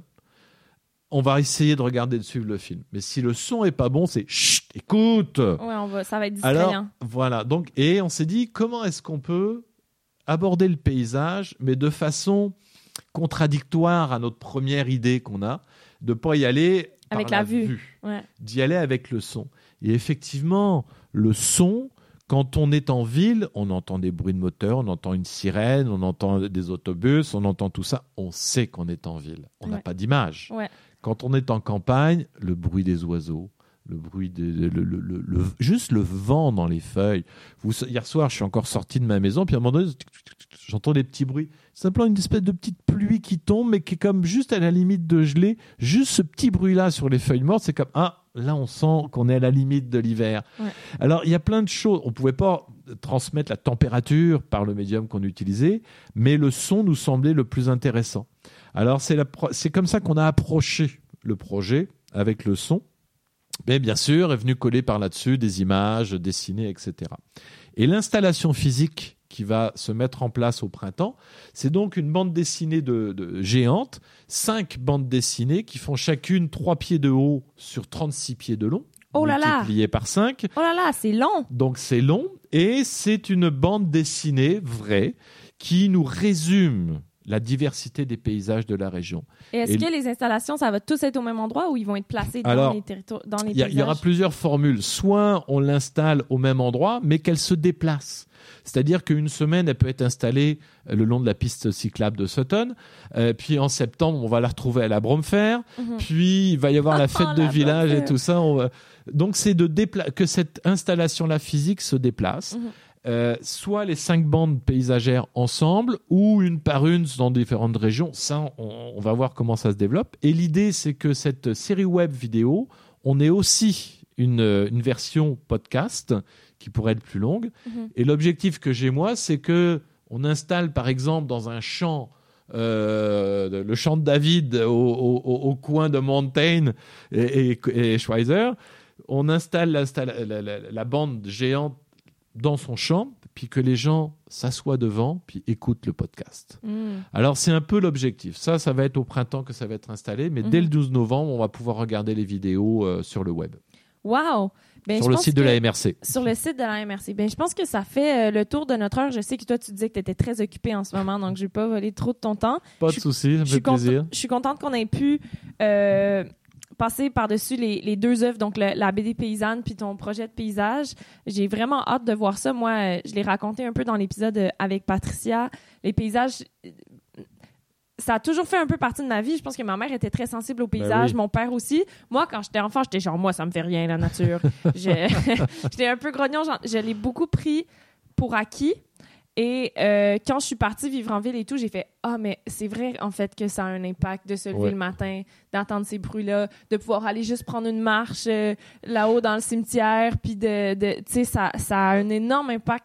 on va essayer de regarder de suivre le film. Mais si le son n'est pas bon, c'est chut, écoute! Ouais, ça va être distrayant. Alors, voilà. Donc, et on s'est dit, comment est-ce qu'on peut aborder le paysage, mais de façon contradictoire à notre première idée qu'on a, de ne pas y aller avec par la vue. Ouais. D'y aller avec le son. Et effectivement, le son, quand on est en ville, on entend des bruits de moteur, on entend une sirène, on entend des autobus, on entend tout ça, on sait qu'on est en ville. On n'a pas d'image. Ouais. Quand on est en campagne, le bruit des oiseaux, le bruit juste le vent dans les feuilles. Hier soir, je suis encore sorti de ma maison, puis à un moment donné, j'entends des petits bruits. C'est simplement une espèce de petite pluie qui tombe, mais qui est comme juste à la limite de geler. Juste ce petit bruit-là sur les feuilles mortes, c'est comme là, on sent qu'on est à la limite de l'hiver. Ouais. Alors, il y a plein de choses. On ne pouvait pas transmettre la température par le médium qu'on utilisait, mais le son nous semblait le plus intéressant. Alors, c'est comme ça qu'on a approché le projet avec le son. Mais bien sûr, est venu coller par là-dessus des images dessinées, etc. Et l'installation physique qui va se mettre en place au printemps, c'est donc une bande dessinée de géante, 5 bandes dessinées qui font chacune 3 pieds de haut sur 36 pieds de long. Oh là là! multiplié par 5. Oh là là, c'est long! Donc c'est long et c'est une bande dessinée vraie qui nous résume la diversité des paysages de la région. Et est-ce que les installations, ça va tous être au même endroit ou ils vont être placés dans les territoires, dans les paysages? Il y aura plusieurs formules. Soit on l'installe au même endroit, mais qu'elle se déplace. C'est-à-dire qu'une semaine, elle peut être installée le long de la piste cyclable de Sutton. Puis en septembre, on va la retrouver à la Bromfair. Puis il va y avoir la fête de village et tout ça. Donc c'est que cette installation-là physique se déplace. Soit les 5 bandes paysagères ensemble ou une par une dans différentes régions. Ça, on va voir comment ça se développe. Et l'idée, c'est que cette série web vidéo, on ait aussi une version podcast qui pourrait être plus longue. Et l'objectif que j'ai, moi, c'est que on installe, par exemple, dans un champ, le champ de David au coin de Mountain et Schweizer, on installe la bande géante dans son champ, puis que les gens s'assoient devant, puis écoutent le podcast. Alors, c'est un peu l'objectif. Ça va être au printemps que ça va être installé, mais dès le 12 novembre, on va pouvoir regarder les vidéos sur le web. Wow! Sur le site de la MRC. Sur le site de la MRC. Je pense que ça fait le tour de notre heure. Je sais que toi, tu disais que tu étais très occupé en ce moment, donc je ne vais pas voler trop de ton temps. Pas de souci, ça me fait plaisir. Je suis contente qu'on ait pu passer par-dessus les 2 œuvres, donc la BD paysanne puis ton projet de paysage. J'ai vraiment hâte de voir ça. Moi, je l'ai raconté un peu dans l'épisode avec Patricia. Les paysages... Ça a toujours fait un peu partie de ma vie. Je pense que ma mère était très sensible au paysage, mon père aussi. Moi, quand j'étais enfant, j'étais genre, moi, ça me fait rien, la nature. J'étais un peu grognon. Je l'ai beaucoup pris pour acquis. Et quand je suis partie vivre en ville et tout, j'ai fait « Ah, mais c'est vrai, en fait, que ça a un impact de se lever le matin, d'entendre ces bruits-là, de pouvoir aller juste prendre une marche là-haut dans le cimetière. » Puis, tu sais, ça a un énorme impact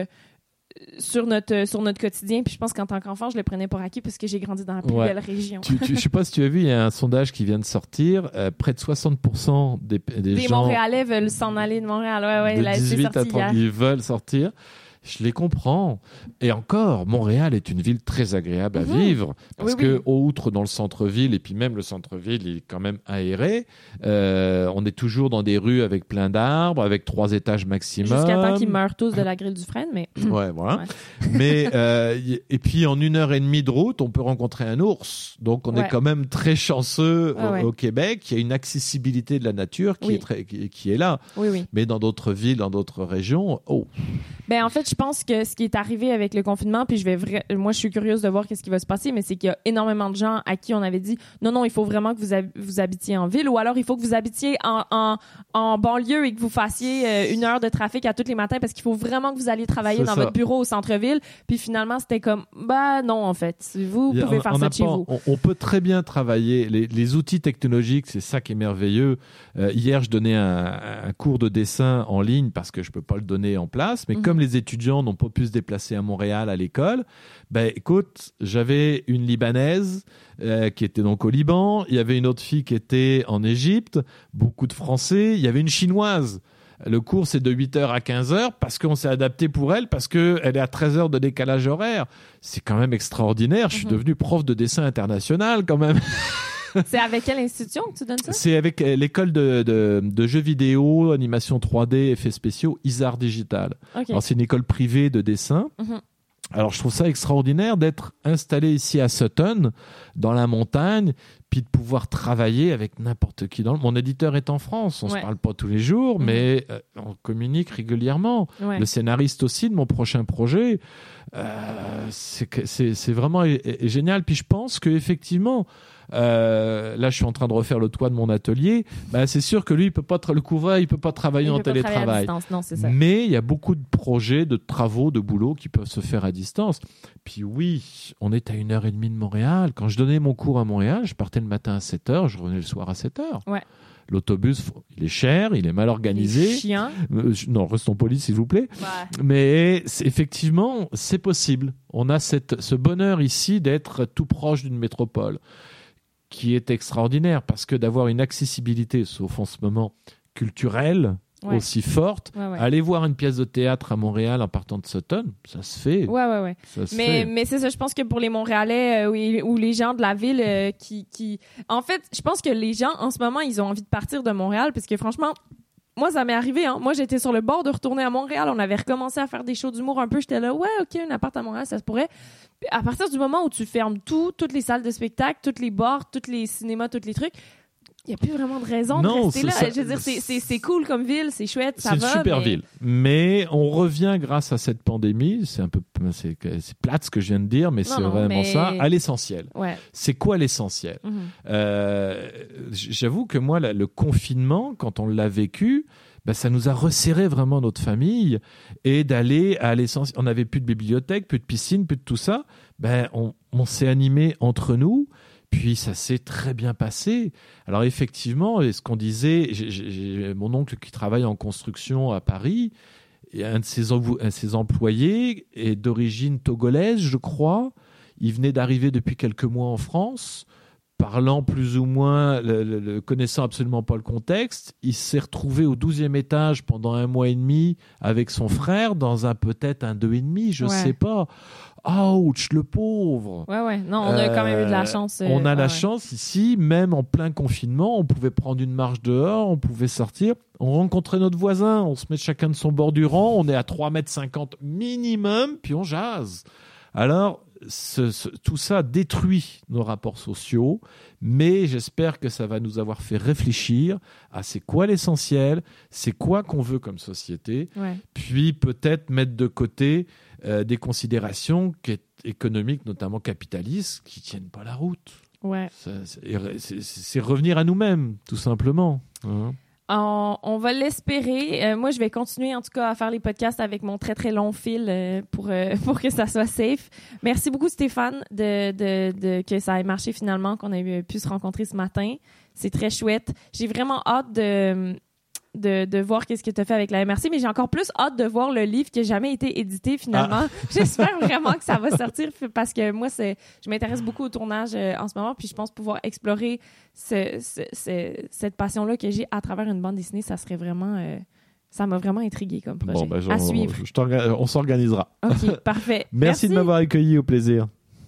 sur notre quotidien. Puis je pense qu'en tant qu'enfant, je le prenais pour acquis parce que j'ai grandi dans la plus belle région. Je sais pas si tu as vu, il y a un sondage qui vient de sortir. Près de 60% des gens... Montréalais veulent s'en aller de Montréal. Ouais, de 18 à 30, ils veulent sortir. Je les comprends. Et encore, Montréal est une ville très agréable à vivre parce que, outre dans le centre-ville, et puis même le centre-ville, il est quand même aéré. On est toujours dans des rues avec plein d'arbres, avec 3 étages maximum. Jusqu'à temps qu'ils meurent tous de la grille du Frêne, mais... Ouais, voilà. Mais, et puis, en 1h30 de route, on peut rencontrer un ours. Donc, on est quand même très chanceux au Québec. Il y a une accessibilité de la nature qui est là. Mais dans d'autres villes, dans d'autres régions, Ben, en fait, je pense que ce qui est arrivé avec le confinement, puis moi, je suis curieuse de voir qu'est-ce qui va se passer, mais c'est qu'il y a énormément de gens à qui on avait dit non, il faut vraiment que vous habitiez en ville, ou alors il faut que vous habitiez en banlieue et que vous fassiez 1 heure de trafic à tous les matins parce qu'il faut vraiment que vous alliez travailler dans votre bureau au centre-ville. Puis finalement, c'était comme, non, en fait, vous pouvez faire ça de chez vous. On peut très bien travailler. Les outils technologiques, c'est ça qui est merveilleux. Hier, je donnais un cours de dessin en ligne parce que je peux pas le donner en place, mais comme les étudiants n'ont pas pu se déplacer à Montréal à l'école, écoute, j'avais une Libanaise qui était donc au Liban, il y avait une autre fille qui était en Égypte, beaucoup de Français, il y avait une Chinoise. Le cours, c'est de 8h à 15h parce qu'on s'est adapté pour elle, parce qu'elle est à 13h de décalage horaire. C'est quand même extraordinaire. Je suis devenu prof de dessin international quand même. C'est avec quelle institution que tu donnes ça? C'est avec l'école de jeux vidéo, animation 3D, effets spéciaux, Isar Digital. Alors, c'est une école privée de dessin. Alors, je trouve ça extraordinaire d'être installé ici à Sutton, dans la montagne, puis de pouvoir travailler avec n'importe qui. Mon éditeur est en France, on se parle pas tous les jours, mais on communique régulièrement. Le scénariste aussi de mon prochain projet, c'est vraiment génial. Puis je pense qu'effectivement, là je suis en train de refaire le toit de mon atelier, c'est sûr que lui il peut pas il peut pas travailler en télétravail. Non, c'est ça. Mais il y a beaucoup de projets, de travaux, de boulot qui peuvent se faire à distance. Puis oui, on est à 1h30 de Montréal. Quand je donnais mon cours à Montréal, je partais le matin à 7h, je revenais le soir à 7h. L'autobus, il est cher, il est mal organisé. Il est chiant. Non, restons polis, s'il vous plaît. Mais effectivement, c'est possible. On a ce bonheur ici d'être tout proche d'une métropole qui est extraordinaire parce que d'avoir une accessibilité, sauf en ce moment, culturelle, aussi forte. Aller voir une pièce de théâtre à Montréal en partant de Sutton, ça se fait. Mais c'est ça, je pense que pour les Montréalais ou les gens de la ville qui... En fait, je pense que les gens, en ce moment, ils ont envie de partir de Montréal parce que franchement, moi, ça m'est arrivé. Hein. Moi, j'étais sur le bord de retourner à Montréal. On avait recommencé à faire des shows d'humour un peu. J'étais là, ouais, OK, un appart à Montréal, ça se pourrait. Puis à partir du moment où tu fermes toutes les salles de spectacle, tous les bars, tous les cinémas, tous les trucs, il n'y a plus vraiment de raison de rester là. Je veux dire, c'est cool comme ville, c'est chouette, ça va. C'est une super ville. Mais on revient grâce à cette pandémie, c'est plate ce que je viens de dire, mais c'est vraiment ça, à l'essentiel. Ouais. C'est quoi l'essentiel? J'avoue que moi, le confinement, quand on l'a vécu, ça nous a resserré vraiment notre famille et d'aller à l'essentiel. On n'avait plus de bibliothèque, plus de piscine, plus de tout ça. On s'est animé entre nous. Puis ça s'est très bien passé. Alors effectivement, ce qu'on disait, j'ai mon oncle qui travaille en construction à Paris, et un de ses employés est d'origine togolaise, je crois. Il venait d'arriver depuis quelques mois en France, parlant plus ou moins, connaissant absolument pas le contexte. Il s'est retrouvé au 12e étage pendant 1 mois et demi avec son frère dans peut-être un 2,5, je sais pas. Ouch, le pauvre. Ouais. Non, on a quand même eu de la chance. On a la chance ici, même en plein confinement, on pouvait prendre une marche dehors, on pouvait sortir. On rencontrait notre voisin, on se met chacun de son bord du rang, on est à 3,50 m minimum, puis on jase. Alors, tout ça détruit nos rapports sociaux, mais j'espère que ça va nous avoir fait réfléchir à c'est quoi l'essentiel, c'est quoi qu'on veut comme société, puis peut-être mettre de côté des considérations économiques, notamment capitalistes, qui tiennent pas la route. Ouais. C'est revenir à nous-mêmes, tout simplement. Hein? On va l'espérer. Moi, je vais continuer en tout cas à faire les podcasts avec mon très très long fil pour que ça soit safe. Merci beaucoup Stéphane que ça ait marché finalement, qu'on ait pu se rencontrer ce matin. C'est très chouette. J'ai vraiment hâte de voir qu'est-ce que tu as fait avec la MRC, mais j'ai encore plus hâte de voir le livre qui n'a jamais été édité finalement. J'espère vraiment que ça va sortir parce que moi, je m'intéresse beaucoup au tournage en ce moment, puis je pense pouvoir explorer cette passion-là que j'ai à travers une bande dessinée. Ça serait vraiment... ça m'a vraiment intriguée comme projet. À suivre. On s'organisera. OK, parfait. Merci de m'avoir accueilli, au plaisir.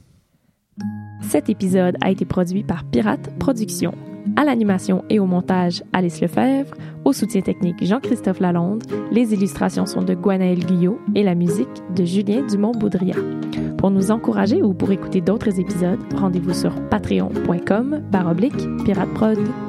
Cet épisode a été produit par Pirate Productions. À l'animation et au montage, Alice Lefebvre. Au soutien technique, Jean-Christophe Lalonde. Les illustrations sont de Gwenaël Guyot et la musique de Julien Dumont-Boudria. Pour nous encourager ou pour écouter d'autres épisodes, rendez-vous sur patreon.com/pirateprod.